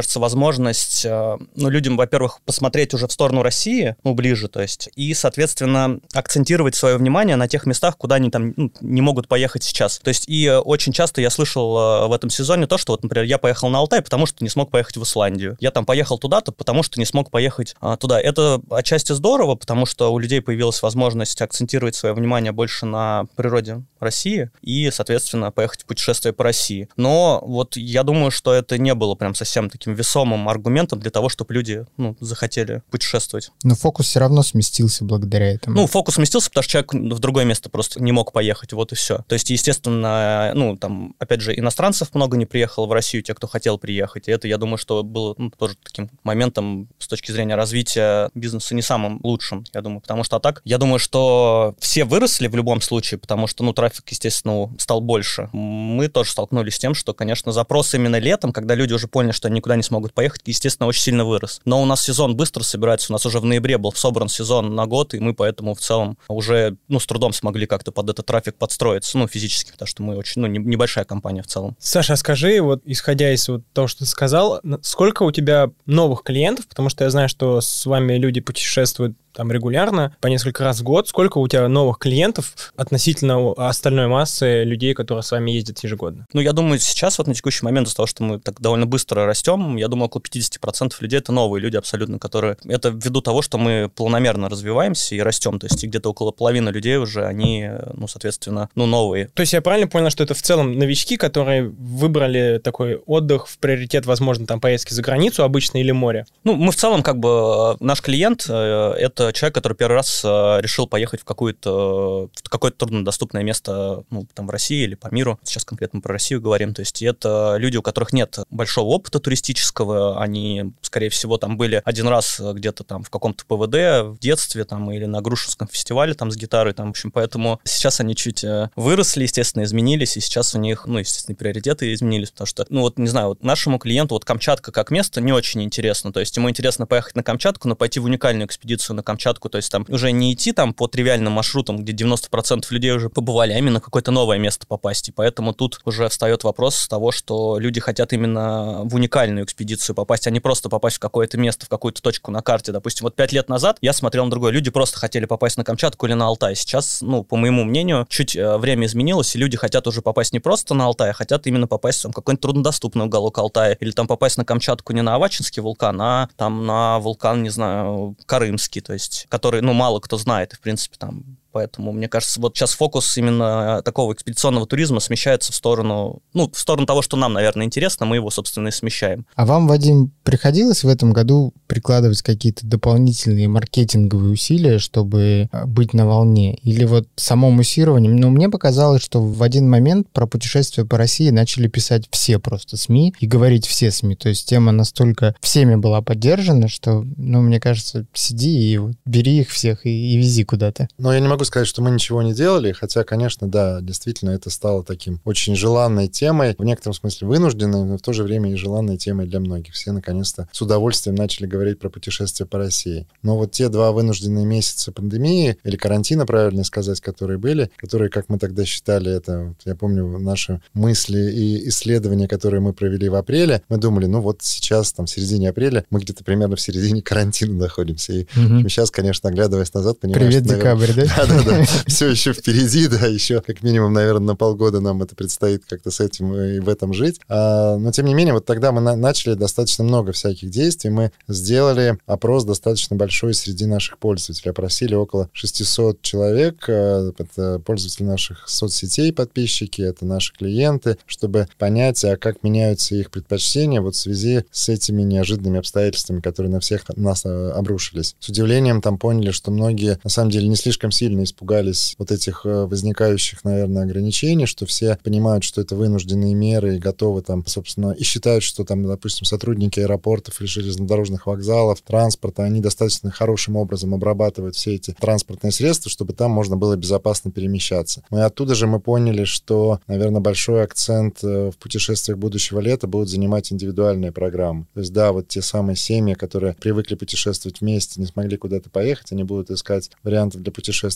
кажется, возможность, людям, во-первых, посмотреть уже в сторону России, ближе, то есть, и, соответственно, акцентировать свое внимание на тех местах, куда они там не могут поехать сейчас. То есть, и очень часто я слышал в этом сезоне то, что, вот, например, я поехал на Алтай, потому что не смог поехать в Исландию. Я там поехал туда-то, потому что не смог поехать туда. Это отчасти здорово, потому что у людей появилась возможность акцентировать свое внимание больше на природе России и, соответственно, поехать в путешествие по России. Но вот я думаю, что это не было прям совсем таким весомым аргументом для того, чтобы люди, захотели путешествовать. Но фокус все равно сместился благодаря этому. Фокус сместился, потому что человек в другое место просто не мог поехать, вот и все. То есть, естественно, там, опять же, иностранцев много не приехало в Россию, те, кто хотел приехать. И это, я думаю, что было тоже таким моментом с точки зрения развития бизнеса не самым лучшим, я думаю. Потому что так, я думаю, что все выросли в любом случае, потому что, трафик, естественно, стал больше. Мы тоже столкнулись с тем, что, конечно, запрос именно летом, когда люди уже поняли, что они никуда не смогут поехать, естественно, очень сильно вырос. Но у нас сезон быстро собирается, у нас уже в ноябре был собран сезон на год, и мы поэтому в целом уже, с трудом смогли как-то под этот трафик подстроиться, физически, потому что мы очень, небольшая компания в целом. Саша, а скажи, вот исходя из того, что ты сказал, сколько у тебя новых клиентов, потому что я знаю, что с вами люди путешествуют там регулярно, по несколько раз в год. Сколько у тебя новых клиентов относительно остальной массы людей, которые с вами ездят ежегодно? Я думаю, сейчас вот на текущий момент из-за того, что мы так довольно быстро растем, я думаю, около 50% людей — это новые люди абсолютно, которые... Это ввиду того, что мы планомерно развиваемся и растем, то есть где-то около половины людей уже, они, соответственно, новые. То есть я правильно понял, что это в целом новички, которые выбрали такой отдых в приоритет, возможно, там поездки за границу обычно или море? Мы в целом, наш клиент — это человек, который первый раз решил поехать в какое-то труднодоступное место, там в России или по миру. Сейчас конкретно про Россию говорим. То есть это люди, у которых нет большого опыта туристического, они, скорее всего, там были один раз где-то там в каком-то ПВД в детстве там или на Грушинском фестивале там с гитарой, там, в общем, поэтому сейчас они чуть выросли, естественно, изменились, и сейчас у них, естественно, приоритеты изменились, потому что, не знаю, нашему клиенту Камчатка как место не очень интересно, то есть ему интересно поехать на Камчатку, но пойти в уникальную экспедицию на Камчатку, то есть там уже не идти там по тривиальным маршрутам, где 90% людей уже побывали, а именно какое-то новое место попасть. И поэтому тут уже встает вопрос того, что люди хотят именно в уникальную экспедицию попасть, а не просто попасть в какое-то место, в какую-то точку на карте. Допустим, 5 лет назад я смотрел на другое. Люди просто хотели попасть на Камчатку или на Алтай. Сейчас, по моему мнению, чуть время изменилось, и люди хотят уже попасть не просто на Алтай, а хотят именно попасть в какой-нибудь труднодоступный уголок Алтая. Или там попасть на Камчатку не на Авачинский вулкан, а там на вулкан, не знаю, Карымский, то есть который, мало кто знает, и, в принципе, там... Поэтому, мне кажется, вот сейчас фокус именно такого экспедиционного туризма смещается в сторону того, что нам, наверное, интересно, мы его, собственно, и смещаем. А вам, Вадим, приходилось в этом году прикладывать какие-то дополнительные маркетинговые усилия, чтобы быть на волне? Или вот само муссирование? Мне показалось, что в один момент про путешествия по России начали писать все просто СМИ и говорить все СМИ. То есть тема настолько всеми была поддержана, что, мне кажется, сиди и бери их всех и вези куда-то. Но я не могу сказать, что мы ничего не делали, хотя, конечно, да, действительно, это стало таким очень желанной темой, в некотором смысле вынужденной, но в то же время и желанной темой для многих. Все, наконец-то, с удовольствием начали говорить про путешествия по России. Но вот те 2 вынужденные месяца пандемии, или карантина, правильно сказать, которые были, которые, как мы тогда считали, это, я помню, наши мысли и исследования, которые мы провели в апреле, мы думали, сейчас, там, в середине апреля, мы где-то примерно в середине карантина находимся. И сейчас, конечно, оглядываясь назад, понимаешь, привет, что, декабрь, да? Да, все еще впереди, да, еще как минимум, наверное, на полгода нам это предстоит как-то с этим и в этом жить. Но, тем не менее, вот тогда мы начали достаточно много всяких действий. Мы сделали опрос достаточно большой среди наших пользователей. Опросили около 600 человек. Это пользователи наших соцсетей, подписчики, это наши клиенты, чтобы понять, а как меняются их предпочтения вот в связи с этими неожиданными обстоятельствами, которые на всех нас обрушились. С удивлением там поняли, что многие, на самом деле, не слишком сильно испугались вот этих возникающих, наверное, ограничений, что все понимают, что это вынужденные меры и готовы там, собственно, и считают, что там, допустим, сотрудники аэропортов или железнодорожных вокзалов, транспорта, они достаточно хорошим образом обрабатывают все эти транспортные средства, чтобы там можно было безопасно перемещаться. И оттуда же мы поняли, что, наверное, большой акцент в путешествиях будущего лета будут занимать индивидуальные программы. То есть, да, вот те самые семьи, которые привыкли путешествовать вместе, не смогли куда-то поехать, они будут искать вариантов для путешествий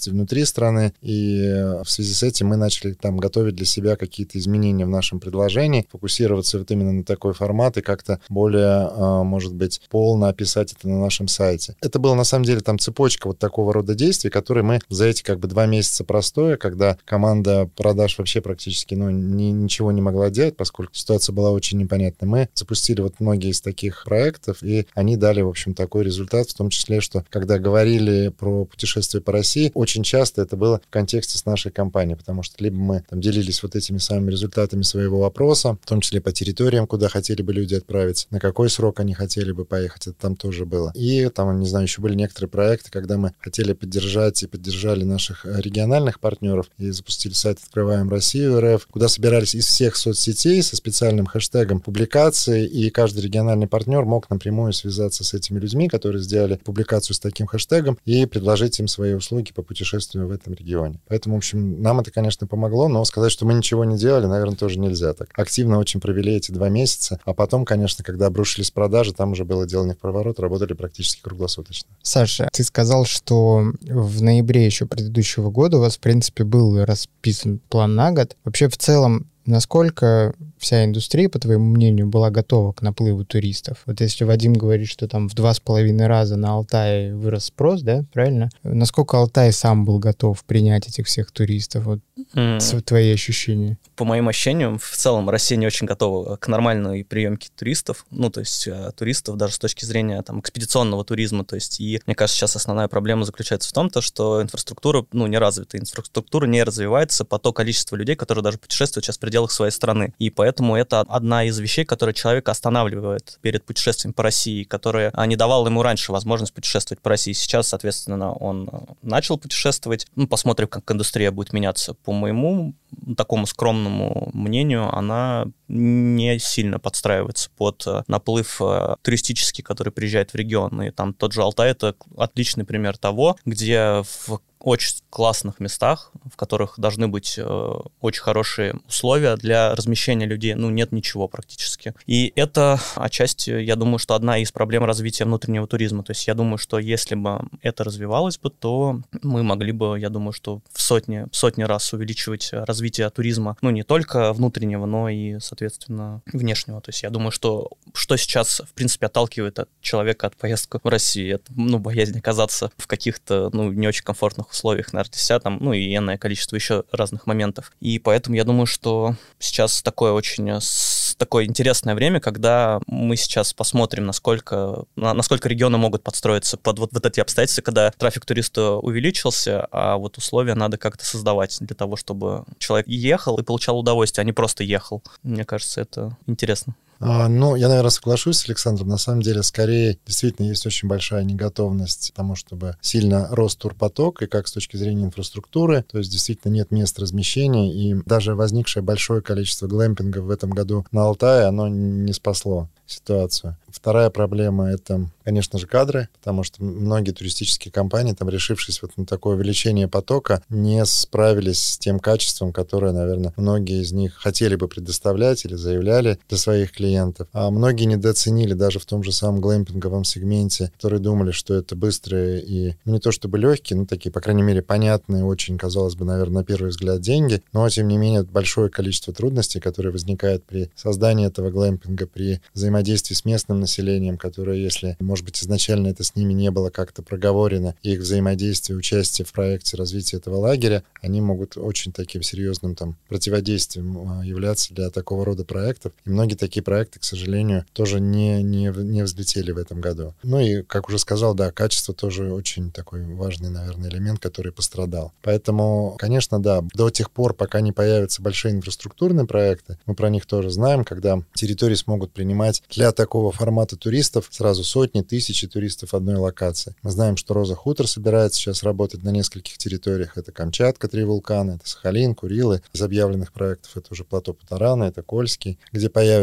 путешествий внутри страны, и в связи с этим мы начали там готовить для себя какие-то изменения в нашем предложении, фокусироваться вот именно на такой формат и как-то более, может быть, полно описать это на нашем сайте. Это была на самом деле там цепочка вот такого рода действий, которые мы за эти как бы 2 месяца простоя, когда команда продаж вообще практически ничего не могла делать, поскольку ситуация была очень непонятна, мы запустили вот многие из таких проектов, и они дали, в общем, такой результат, в том числе, что когда говорили про путешествие по России, очень часто это было в контексте с нашей компанией, потому что либо мы там делились вот этими самыми результатами своего опроса, в том числе по территориям, куда хотели бы люди отправиться, на какой срок они хотели бы поехать, это там тоже было. И там, не знаю, еще были некоторые проекты, когда мы хотели поддержать и поддержали наших региональных партнеров и запустили сайт «Открываем Россию РФ», куда собирались из всех соцсетей со специальным хэштегом публикации, и каждый региональный партнер мог напрямую связаться с этими людьми, которые сделали публикацию с таким хэштегом, и предложить им свои услуги по путешествию в этом регионе. Поэтому, в общем, нам это, конечно, помогло, но сказать, что мы ничего не делали, наверное, тоже нельзя так. Активно очень провели эти 2 месяца, а потом, конечно, когда обрушились продажи, там уже было дело не в проворот, работали практически круглосуточно. Саша, ты сказал, что в ноябре еще предыдущего года у вас, в принципе, был расписан план на год. Вообще, в целом, насколько вся индустрия, по твоему мнению, была готова к наплыву туристов? Вот если Вадим говорит, что там в 2,5 раза на Алтае вырос спрос, да, правильно? Насколько Алтай сам был готов принять этих всех туристов? Вот твои ощущения. По моим ощущениям, в целом Россия не очень готова к нормальной приемке туристов, то есть туристов даже с точки зрения там экспедиционного туризма, то есть, и мне кажется, сейчас основная проблема заключается в том, что инфраструктура, не развита, инфраструктура не развивается по то количество людей, которые даже путешествуют сейчас в пределах своей страны, и поэтому это одна из вещей, которая человека останавливает перед путешествием по России, которая не давала ему раньше возможность путешествовать по России. Сейчас, соответственно, он начал путешествовать, посмотрим, как индустрия будет меняться. По моему такому скромному мнению, она не сильно подстраивается под наплыв туристический, который приезжает в регион. И там тот же Алтай — это отличный пример того, где в очень классных местах, в которых должны быть очень хорошие условия для размещения людей, нет ничего практически. И это отчасти, я думаю, что одна из проблем развития внутреннего туризма. То есть я думаю, что если бы это развивалось бы, то мы могли бы, я думаю, что в сотни раз увеличивать развитие туризма, не только внутреннего, но и, соответственно, внешнего. То есть я думаю, что сейчас, в принципе, отталкивает от человека от поездки в Россию, это, боязнь оказаться в каких-то, не очень комфортных условиях на РТСА, и энное количество еще разных моментов. И поэтому я думаю, что сейчас такое интересное время, когда мы сейчас посмотрим, насколько регионы могут подстроиться под вот эти обстоятельства, когда трафик туриста увеличился, а вот условия надо как-то создавать для того, чтобы человек ехал и получал удовольствие, а не просто ехал. Мне кажется, это интересно. Я, наверное, соглашусь с Александром. На самом деле, скорее, действительно, есть очень большая неготовность к тому, чтобы сильно рос турпоток, и как с точки зрения инфраструктуры, то есть действительно нет мест размещения, и даже возникшее большое количество глэмпингов в этом году на Алтае, оно не спасло ситуацию. Вторая проблема — это, конечно же, кадры, потому что многие туристические компании, решившись на такое увеличение потока, не справились с тем качеством, которое, наверное, многие из них хотели бы предоставлять или заявляли для своих клиентов. А многие недооценили даже в том же самом глэмпинговом сегменте, которые думали, что это быстрые и, не то чтобы легкие, такие, по крайней мере, понятные, очень, казалось бы, наверное, на первый взгляд деньги, но, тем не менее, большое количество трудностей, которые возникают при создании этого глэмпинга, при взаимодействии с местным населением, которое, если, может быть, изначально это с ними не было как-то проговорено, и их взаимодействие, участие в проекте развития этого лагеря, они могут очень таким серьезным противодействием являться для такого рода проектов. И многие такие проекты, к сожалению, тоже не взлетели в этом году. И, как уже сказал, да, качество тоже очень такой важный, наверное, элемент, который пострадал. Поэтому, конечно, да, до тех пор, пока не появятся большие инфраструктурные проекты, мы про них тоже знаем, когда территории смогут принимать для такого формата туристов сразу сотни, тысячи туристов одной локации. Мы знаем, что Роза Хутор собирается сейчас работать на нескольких территориях. Это Камчатка, 3 вулкана, это Сахалин, Курилы. Из объявленных проектов это уже плато Патарана, это Кольский, где появится в этом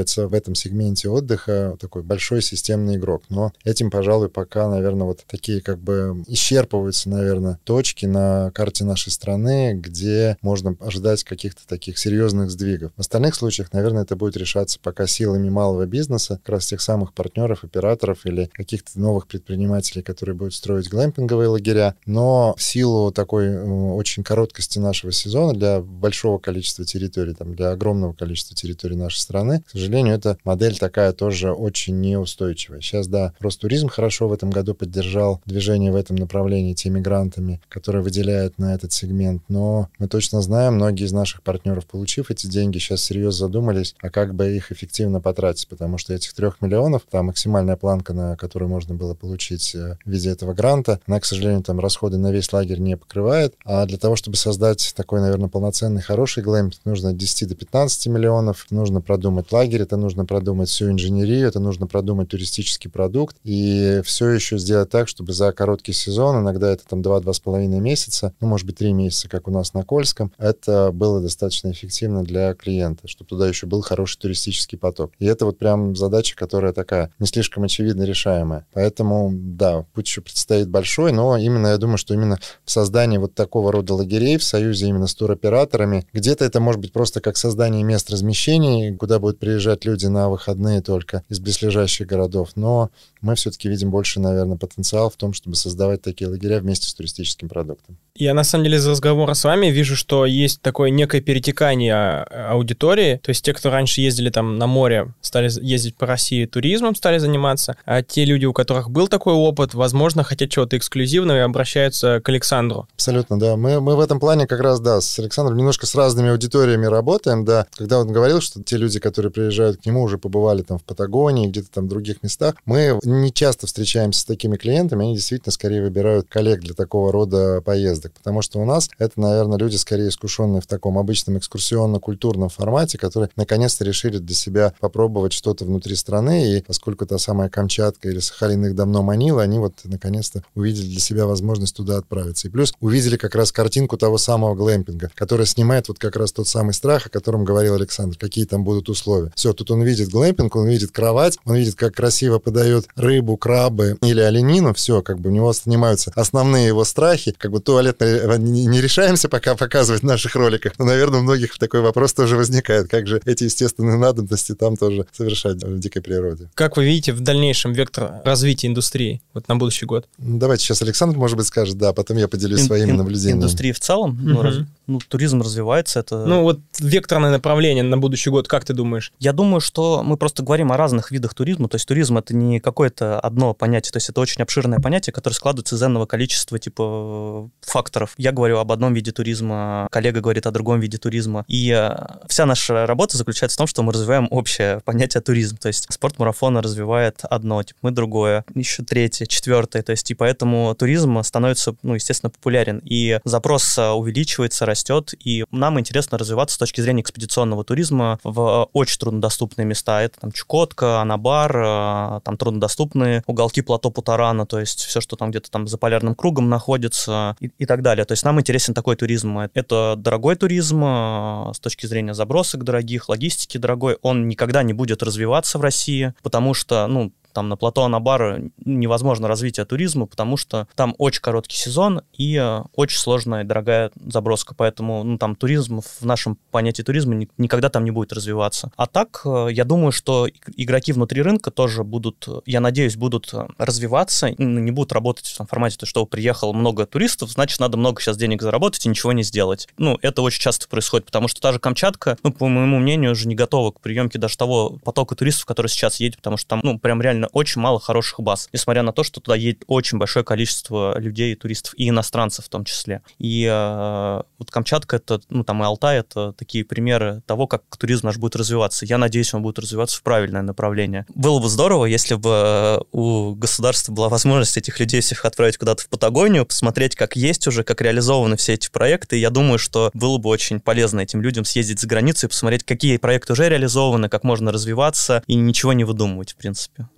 этом сегменте отдыха такой большой системный игрок. Но этим, пожалуй, пока, наверное, вот такие как бы исчерпываются, наверное, точки на карте нашей страны, где можно ожидать каких-то таких серьезных сдвигов. В остальных случаях, наверное, это будет решаться пока силами малого бизнеса, как раз тех самых партнеров, операторов или каких-то новых предпринимателей, которые будут строить глэмпинговые лагеря. Но в силу такой очень короткости нашего сезона для большого количества территорий, там, для огромного количества территорий нашей страны, к сожалению, эта модель такая тоже очень неустойчивая. Сейчас, да, Ростуризм хорошо в этом году поддержал движение в этом направлении теми грантами, которые выделяют на этот сегмент, но мы точно знаем, многие из наших партнеров, получив эти деньги, сейчас серьезно задумались, а как бы их эффективно потратить, потому что этих 3 миллионов, там максимальная планка, на которую можно было получить в виде этого гранта, она, к сожалению, там расходы на весь лагерь не покрывает, а для того, чтобы создать такой, наверное, полноценный, хороший глэмпинг, нужно от 10 до 15 миллионов, нужно продумать лагерь, это нужно продумать всю инженерию, это нужно продумать туристический продукт, и все еще сделать так, чтобы за короткий сезон, иногда это там 2-2,5 месяца, ну, может быть, 3 месяца, как у нас на Кольском, это было достаточно эффективно для клиента, чтобы туда еще был хороший туристический поток. И это вот прям задача, которая такая не слишком очевидно решаемая. Поэтому, да, путь еще предстоит большой, но именно, я думаю, что именно в создании вот такого рода лагерей в союзе именно с туроператорами, где-то это может быть просто как создание мест размещений, куда будут приезжать люди на выходные только из близлежащих городов, но мы все-таки видим больше, наверное, потенциал в том, чтобы создавать такие лагеря вместе с туристическим продуктом. Я, на самом деле, из разговора с вами вижу, что есть такое некое перетекание аудитории, то есть те, кто раньше ездили там на море, стали ездить по России туризмом, стали заниматься, а те люди, у которых был такой опыт, возможно, хотят чего-то эксклюзивного и обращаются к Александру. Абсолютно, да. Мы в этом плане как раз, да, с Александром немножко с разными аудиториями работаем, да. Когда он говорил, что те люди, которые приезжают к нему, уже побывали там в Патагонии, где-то там в других местах, мы не часто встречаемся с такими клиентами, они действительно скорее выбирают коллег для такого рода поездок, потому что у нас это, наверное, люди скорее искушенные в таком обычном экскурсионно-культурном формате, которые наконец-то решили для себя попробовать что-то внутри страны, и поскольку та самая Камчатка или Сахалин их давно манила, они вот наконец-то увидели для себя возможность туда отправиться. И плюс увидели как раз картинку того самого глэмпинга, которая снимает вот как раз тот самый страх, о котором говорил Александр, какие там будут условия. Все, тут он видит глэмпинг, он видит кровать, он видит, как красиво подают рыбу, крабы или оленину, все, как бы у него снимаются основные его страхи, как бы туалет не решаемся пока показывать в наших роликах, но, наверное, у многих такой вопрос тоже возникает, как же эти естественные надобности там тоже совершать в дикой природе. Как вы видите в дальнейшем вектор развития индустрии вот на будущий год? Давайте сейчас Александр, может быть, скажет, да, потом я поделюсь своими наблюдениями. Индустрия в целом, туризм развивается, это... Ну, вот векторное направление на будущий год, как ты думаешь? Я думаю, что мы просто говорим о разных видах туризма, то есть туризм — это не какое-то одно понятие, то есть это очень обширное понятие, которое складывается из энного количества, типа, факторов. Я говорю об одном виде туризма, коллега говорит о другом виде туризма, и вся наша работа заключается в том, что мы развиваем общее понятие туризм, то есть спорт-марафона развивает одно, типа, мы другое, еще третье, четвертое, то есть и поэтому туризм становится, ну, естественно, популярен, и запрос увеличивается, растет, и нам интересно развиваться с точки зрения экспедиционного туризма в очень труднодоступные места. Это там Чукотка, Анабар, там труднодоступные уголки плато Путарана, то есть все, что там где-то там за полярным кругом находится и так далее. То есть нам интересен такой туризм. Это дорогой туризм с точки зрения забросок дорогих, логистики дорогой. Он никогда не будет развиваться в России, потому что, ну, там на плато Анабар невозможно развитие туризма, потому что там очень короткий сезон и очень сложная и дорогая заброска, поэтому, ну, там туризм в нашем понятии туризма никогда там не будет развиваться. А так, я думаю, что игроки внутри рынка тоже будут, я надеюсь, будут развиваться, не будут работать в том формате, что приехало много туристов, значит, надо много сейчас денег заработать и ничего не сделать. Ну, это очень часто происходит, потому что та же Камчатка, ну, по моему мнению, уже не готова к приемке даже того потока туристов, который сейчас едет, потому что там, ну, прям реально очень мало хороших баз, несмотря на то, что туда едет очень большое количество людей, туристов и иностранцев в том числе. И вот Камчатка, это, ну, там и Алтай, это такие примеры того, как туризм наш будет развиваться. Я надеюсь, он будет развиваться в правильное направление. Было бы здорово, если бы у государства была возможность этих людей всех отправить куда-то в Патагонию, посмотреть, как есть уже, как реализованы все эти проекты. И я думаю, что было бы очень полезно этим людям съездить за границу и посмотреть, какие проекты уже реализованы, как можно развиваться и ничего не выдумывать, в принципе.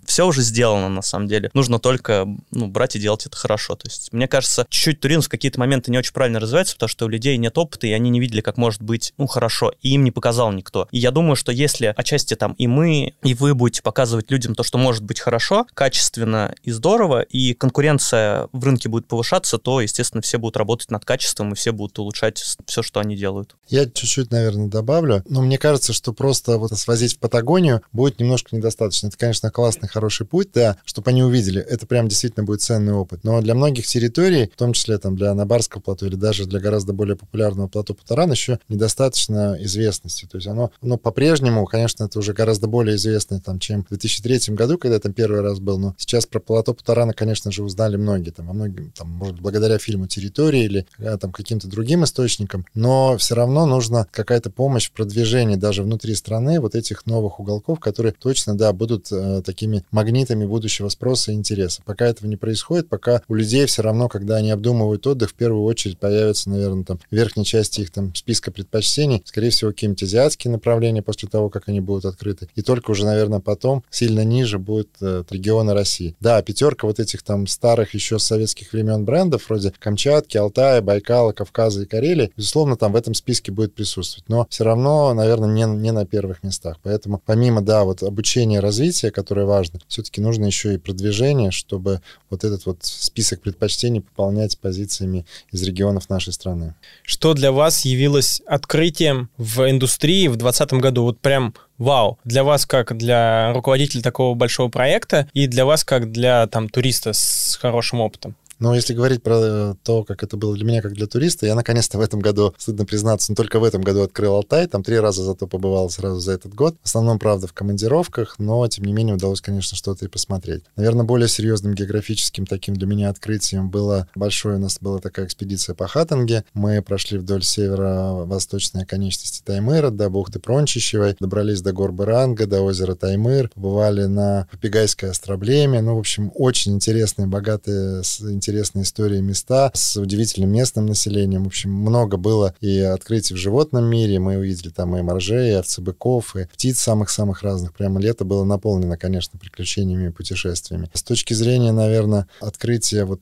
все уже сделано на самом деле. Нужно только брать и делать это хорошо. То есть, мне кажется, чуть-чуть туризм в какие-то моменты не очень правильно развивается, потому что у людей нет опыта, и они не видели, как может быть, хорошо, и им не показал никто. И я думаю, что если отчасти там и мы, и вы будете показывать людям то, что может быть хорошо, качественно и здорово, и конкуренция в рынке будет повышаться, то, естественно, все будут работать над качеством, и все будут улучшать все, что они делают. Я чуть-чуть, наверное, добавлю. Но мне кажется, что просто свозить в Патагонию будет немножко недостаточно. Это, конечно, классный, хороший путь, да, чтобы они увидели. Это прям действительно будет ценный опыт. Но для многих территорий, в том числе там для Анабарского плато или даже для гораздо более популярного плато Путаран, еще недостаточно известности. То есть оно по-прежнему, конечно, это уже гораздо более известно, там, чем в 2003 году, когда я там первый раз был. Но сейчас про плато Путарана, конечно же, узнали многие. Там, многим, там, может, благодаря фильму «Территория» или там, каким-то другим источникам. Но все равно нужна какая-то помощь в продвижении даже внутри страны вот этих новых уголков, которые точно, да, будут такими магнитами будущего спроса и интереса. Пока этого не происходит, пока у людей все равно, когда они обдумывают отдых, в первую очередь появится, наверное, там в верхней части их там списка предпочтений, скорее всего, какие-нибудь азиатские направления после того, как они будут открыты. И только уже, наверное, потом сильно ниже будут регионы России. Да, пятерка вот этих там старых еще с советских времен брендов, вроде Камчатки, Алтая, Байкала, Кавказа и Карелии, безусловно, там в этом списке будет присутствовать. Но все равно, наверное, не на первых местах. Поэтому помимо, да, вот обучения, развития, которое важно, все-таки нужно еще и продвижение, чтобы вот этот вот список предпочтений пополнять позициями из регионов нашей страны. Что для вас явилось открытием в индустрии в 2020 году? Вот прям вау. Для вас как для руководителя такого большого проекта и для вас как для там туриста с хорошим опытом? Но если говорить про то, как это было для меня, как для туриста, я наконец-то в этом году, стыдно признаться, но только в этом году открыл Алтай, там 3 раза зато побывал сразу за этот год. В основном, правда, в командировках, но, тем не менее, удалось, конечно, что-то и посмотреть. Наверное, более серьезным географическим таким для меня открытием было большое, у нас была такая экспедиция по Хатанге. Мы прошли вдоль северо-восточной оконечности Таймыра до бухты Прончищевой, добрались до гор Баранга, до озера Таймыр, побывали на Попегайской остроблеме. Ну, в общем, очень интересные, богатые, интересные истории, места с удивительным местным населением. В общем, много было и открытий в животном мире. Мы увидели там и моржей, и овцебыков, и птиц самых-самых разных. Прямо лето было наполнено, конечно, приключениями и путешествиями. С точки зрения, наверное, открытия вот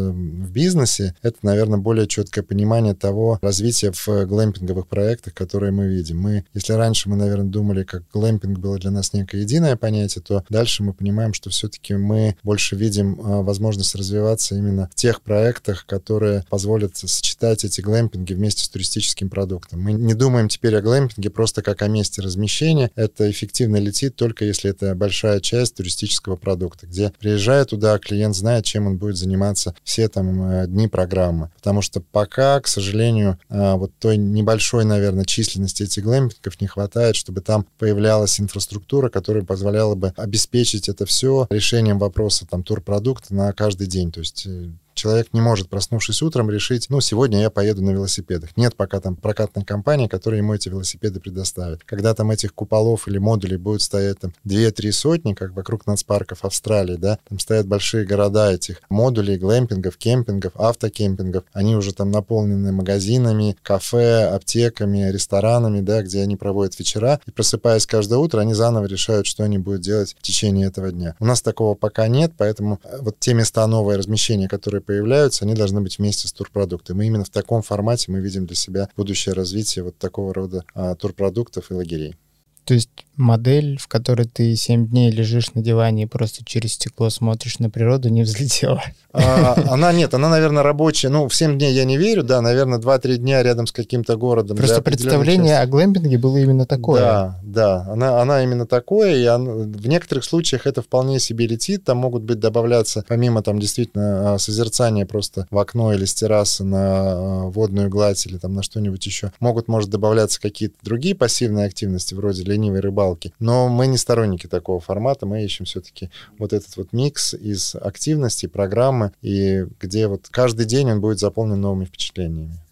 в бизнесе, это, наверное, более четкое понимание того развития в глэмпинговых проектах, которые мы видим. Если раньше мы, наверное, думали, как глэмпинг было для нас некое единое понятие, то дальше мы понимаем, что все-таки мы больше видим возможность развиваться именно в тех проектах, которые позволят сочетать эти глэмпинги вместе с туристическим продуктом. Мы не думаем теперь о глэмпинге просто как о месте размещения. Это эффективно летит только если это большая часть туристического продукта, где приезжая туда, клиент знает, чем он будет заниматься все там дни программы. Потому что пока, к сожалению, вот той небольшой, наверное, численности этих глэмпингов не хватает, чтобы там появлялась инфраструктура, которая позволяла бы обеспечить это все решением вопроса там турпродукта на каждый день. То есть человек не может, проснувшись утром, решить, сегодня я поеду на велосипедах. Нет пока там прокатной компании, которая ему эти велосипеды предоставит. Когда там этих куполов или модулей будет стоять там 2-3 сотни, как вокруг нацпарков Австралии, да, там стоят большие города этих модулей, глэмпингов, кемпингов, автокемпингов. Они уже там наполнены магазинами, кафе, аптеками, ресторанами, да, где они проводят вечера. И просыпаясь каждое утро, они заново решают, что они будут делать в течение этого дня. У нас такого пока нет, поэтому вот те места новое размещения, которые появляются, они должны быть вместе с турпродуктом. И именно в таком формате мы видим для себя будущее развитие вот такого рода турпродуктов и лагерей. То есть модель, в которой ты 7 дней лежишь на диване и просто через стекло смотришь на природу, не взлетела? Она, наверное, рабочая. В 7 дней я не верю, да, наверное, 2-3 дня рядом с каким-то городом. Просто представление о глэмпинге было именно такое. Да, она именно такое, и в некоторых случаях это вполне себе летит, там могут быть добавляться, помимо там действительно созерцания просто в окно или с террасы на водную гладь или там на что-нибудь еще, может добавляться какие-то другие пассивные активности, вроде ленивой рыбалки. Но мы не сторонники такого формата, мы ищем все-таки вот этот вот микс из активностей, программы, и где вот каждый день он будет заполнен новыми впечатлениями.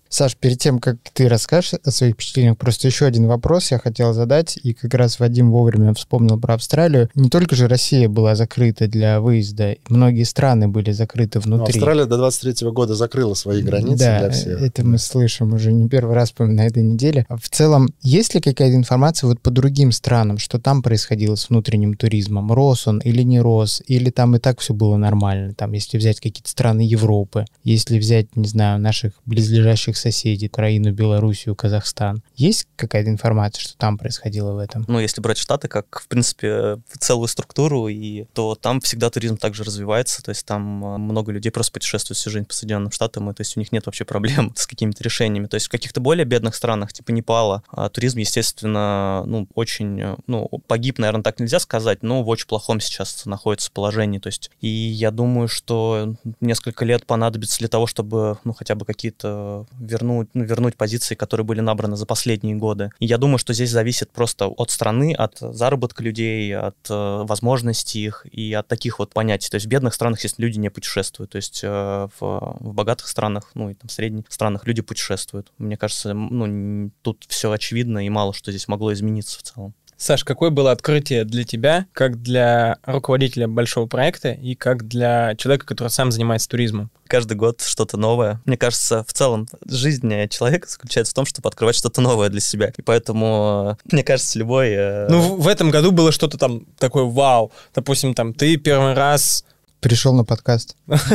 Саш, перед тем, как ты расскажешь о своих впечатлениях, просто еще один вопрос я хотел задать, и как раз Вадим вовремя вспомнил про Австралию. Не только же Россия была закрыта для выезда, многие страны были закрыты внутри. Австралия до 23 года закрыла свои границы для всех. Это мы слышим уже не первый раз, по-моему, на этой неделе. В целом, есть ли какая-то информация вот по другим странам, что там происходило с внутренним туризмом? Рос он или не рос? Или там и так все было нормально? Там, если взять какие-то страны Европы, если взять, не знаю, наших близлежащих соседей, Украину, Белоруссию, Казахстан. Есть какая-то информация, что там происходило в этом? Ну, если брать Штаты как, в принципе, целую структуру, то там всегда туризм также развивается, то есть там много людей просто путешествуют всю жизнь по Соединенным Штатам, и то есть у них нет вообще проблем с какими-то решениями. То есть в каких-то более бедных странах, типа Непала, туризм, естественно, очень, погиб, наверное, так нельзя сказать, но в очень плохом сейчас находится положении. То есть, и я думаю, что несколько лет понадобится для того, чтобы, хотя бы какие-то вернуть позиции, которые были набраны за последние годы. И я думаю, что здесь зависит просто от страны, от заработка людей, от возможностей их и от таких вот понятий. То есть в бедных странах, естественно, люди не путешествуют. То есть в богатых странах, и там в средних странах люди путешествуют. Мне кажется, тут все очевидно и мало что здесь могло измениться в целом. Саш, какое было открытие для тебя, как для руководителя большого проекта и как для человека, который сам занимается туризмом? Каждый год что-то новое. Мне кажется, в целом жизнь человека заключается в том, чтобы открывать что-то новое для себя. И поэтому, мне кажется, любой... в этом году было что-то там такое вау. Допустим, там ты первый раз... Пришел на подкаст.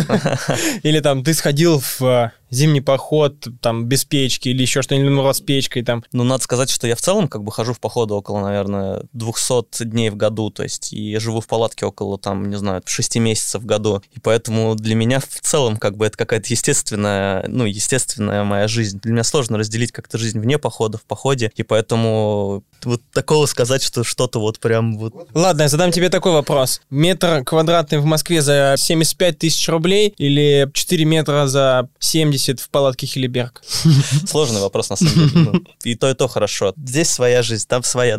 Или там ты сходил в зимний поход, там, без печки или еще что-нибудь с печкой там. Надо сказать, что я в целом хожу в походы около, наверное, 200 дней в году, то есть и живу в палатке около, 6 месяцев в году. И поэтому для меня в целом это какая-то естественная моя жизнь. Для меня сложно разделить как-то жизнь вне похода, в походе, и поэтому такого сказать, что что-то прям... Ладно, я задам тебе такой вопрос. Метр квадратный в Москве за 75 тысяч рублей или 4 метра за 70 в палатке Хиллиберг? Сложный вопрос, на самом деле. И то хорошо. Здесь своя жизнь, там своя.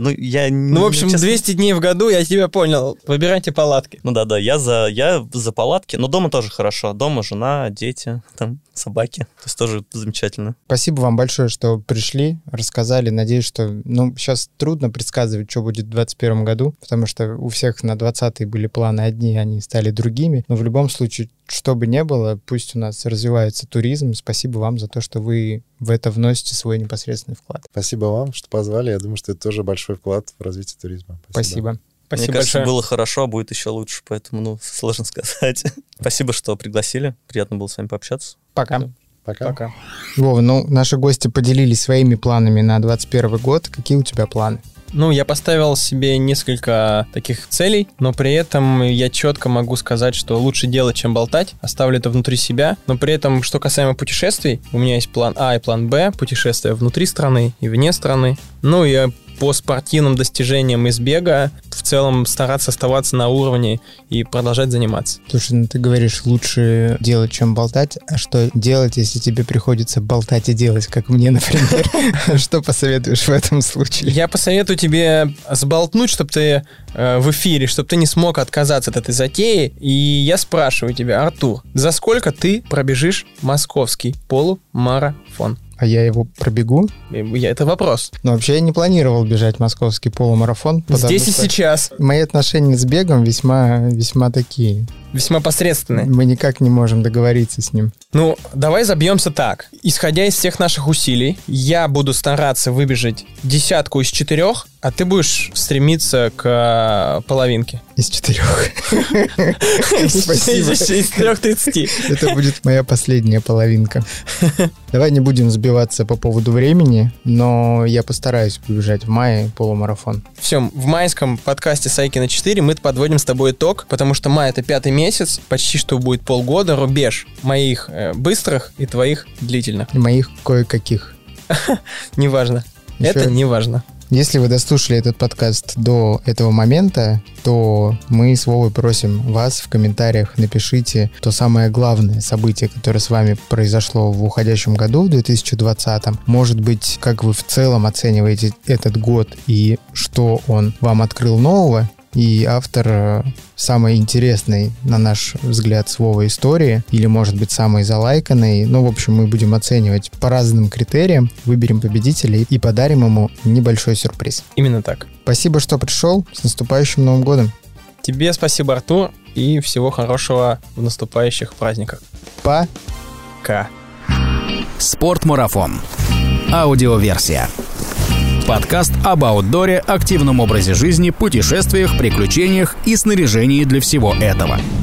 В общем, 200 дней в году, я тебя понял. Выбирайте палатки. Да, я за палатки. Но дома тоже хорошо. Дома жена, дети, собаки. То есть тоже замечательно. Спасибо вам большое, что пришли, рассказали. Надеюсь, что... сейчас трудно предсказывать, что будет в 2021 году, потому что у всех на 2020 были планы одни, они стали другими. Но в любом случае, что бы ни было, пусть у нас развивается туризм. Спасибо вам за то, что вы в это вносите свой непосредственный вклад. Спасибо вам, что позвали. Я думаю, что это тоже большой вклад в развитие туризма. Спасибо. Мне кажется, было хорошо, а будет еще лучше, поэтому, сложно сказать. Спасибо, что пригласили. Приятно было с вами пообщаться. Пока. Пока. Вова, наши гости поделились своими планами на 2021 год. Какие у тебя планы? Я поставил себе несколько таких целей, но при этом я четко могу сказать, что лучше делать, чем болтать. Оставлю это внутри себя. Но при этом, что касаемо путешествий, у меня есть план А и план Б. Путешествия внутри страны и вне страны. И по спортивным достижениям из бега в целом стараться оставаться на уровне и продолжать заниматься. Слушай, ты говоришь, лучше делать, чем болтать. А что делать, если тебе приходится болтать и делать, как мне, например? Что посоветуешь в этом случае? Я посоветую тебе сболтнуть, чтобы ты в эфире, чтобы ты не смог отказаться от этой затеи. И я спрашиваю тебя, Артур, за сколько ты пробежишь московский полумарафон? А я его пробегу? Это вопрос. Но вообще я не планировал бежать московский полумарафон. Здесь и сейчас. Мои отношения с бегом весьма такие. Весьма посредственные. Мы никак не можем договориться с ним. Давай забьемся так. Исходя из всех наших усилий, я буду стараться выбежать 10 из 4, а ты будешь стремиться к половинке. Из 4. Спасибо. Из 3:30. Это будет моя последняя половинка. Давай не будем сбиваться по поводу времени, но я постараюсь побежать в мае полумарафон. Все, в майском подкасте Сайкина 4 мы подводим с тобой итог, потому что май — это 5-й месяц, почти что будет полгода, рубеж моих быстрых и твоих длительных. И моих кое-каких. Неважно. Это не важно. Если вы дослушали этот подкаст до этого момента, то мы с Вовой просим вас в комментариях напишите то самое главное событие, которое с вами произошло в уходящем году, в 2020. Может быть, как вы в целом оцениваете этот год и что он вам открыл нового, и автор самой интересной, на наш взгляд, слово истории, или, может быть, самой залайканной. Ну, в общем, мы будем оценивать по разным критериям, выберем победителей и подарим ему небольшой сюрприз. Именно так. Спасибо, что пришел. С наступающим Новым годом. Тебе спасибо, Артур, и всего хорошего в наступающих праздниках. Пока. Спортмарафон. Аудиоверсия. Подкаст об аутдоре, активном образе жизни, путешествиях, приключениях и снаряжении для всего этого.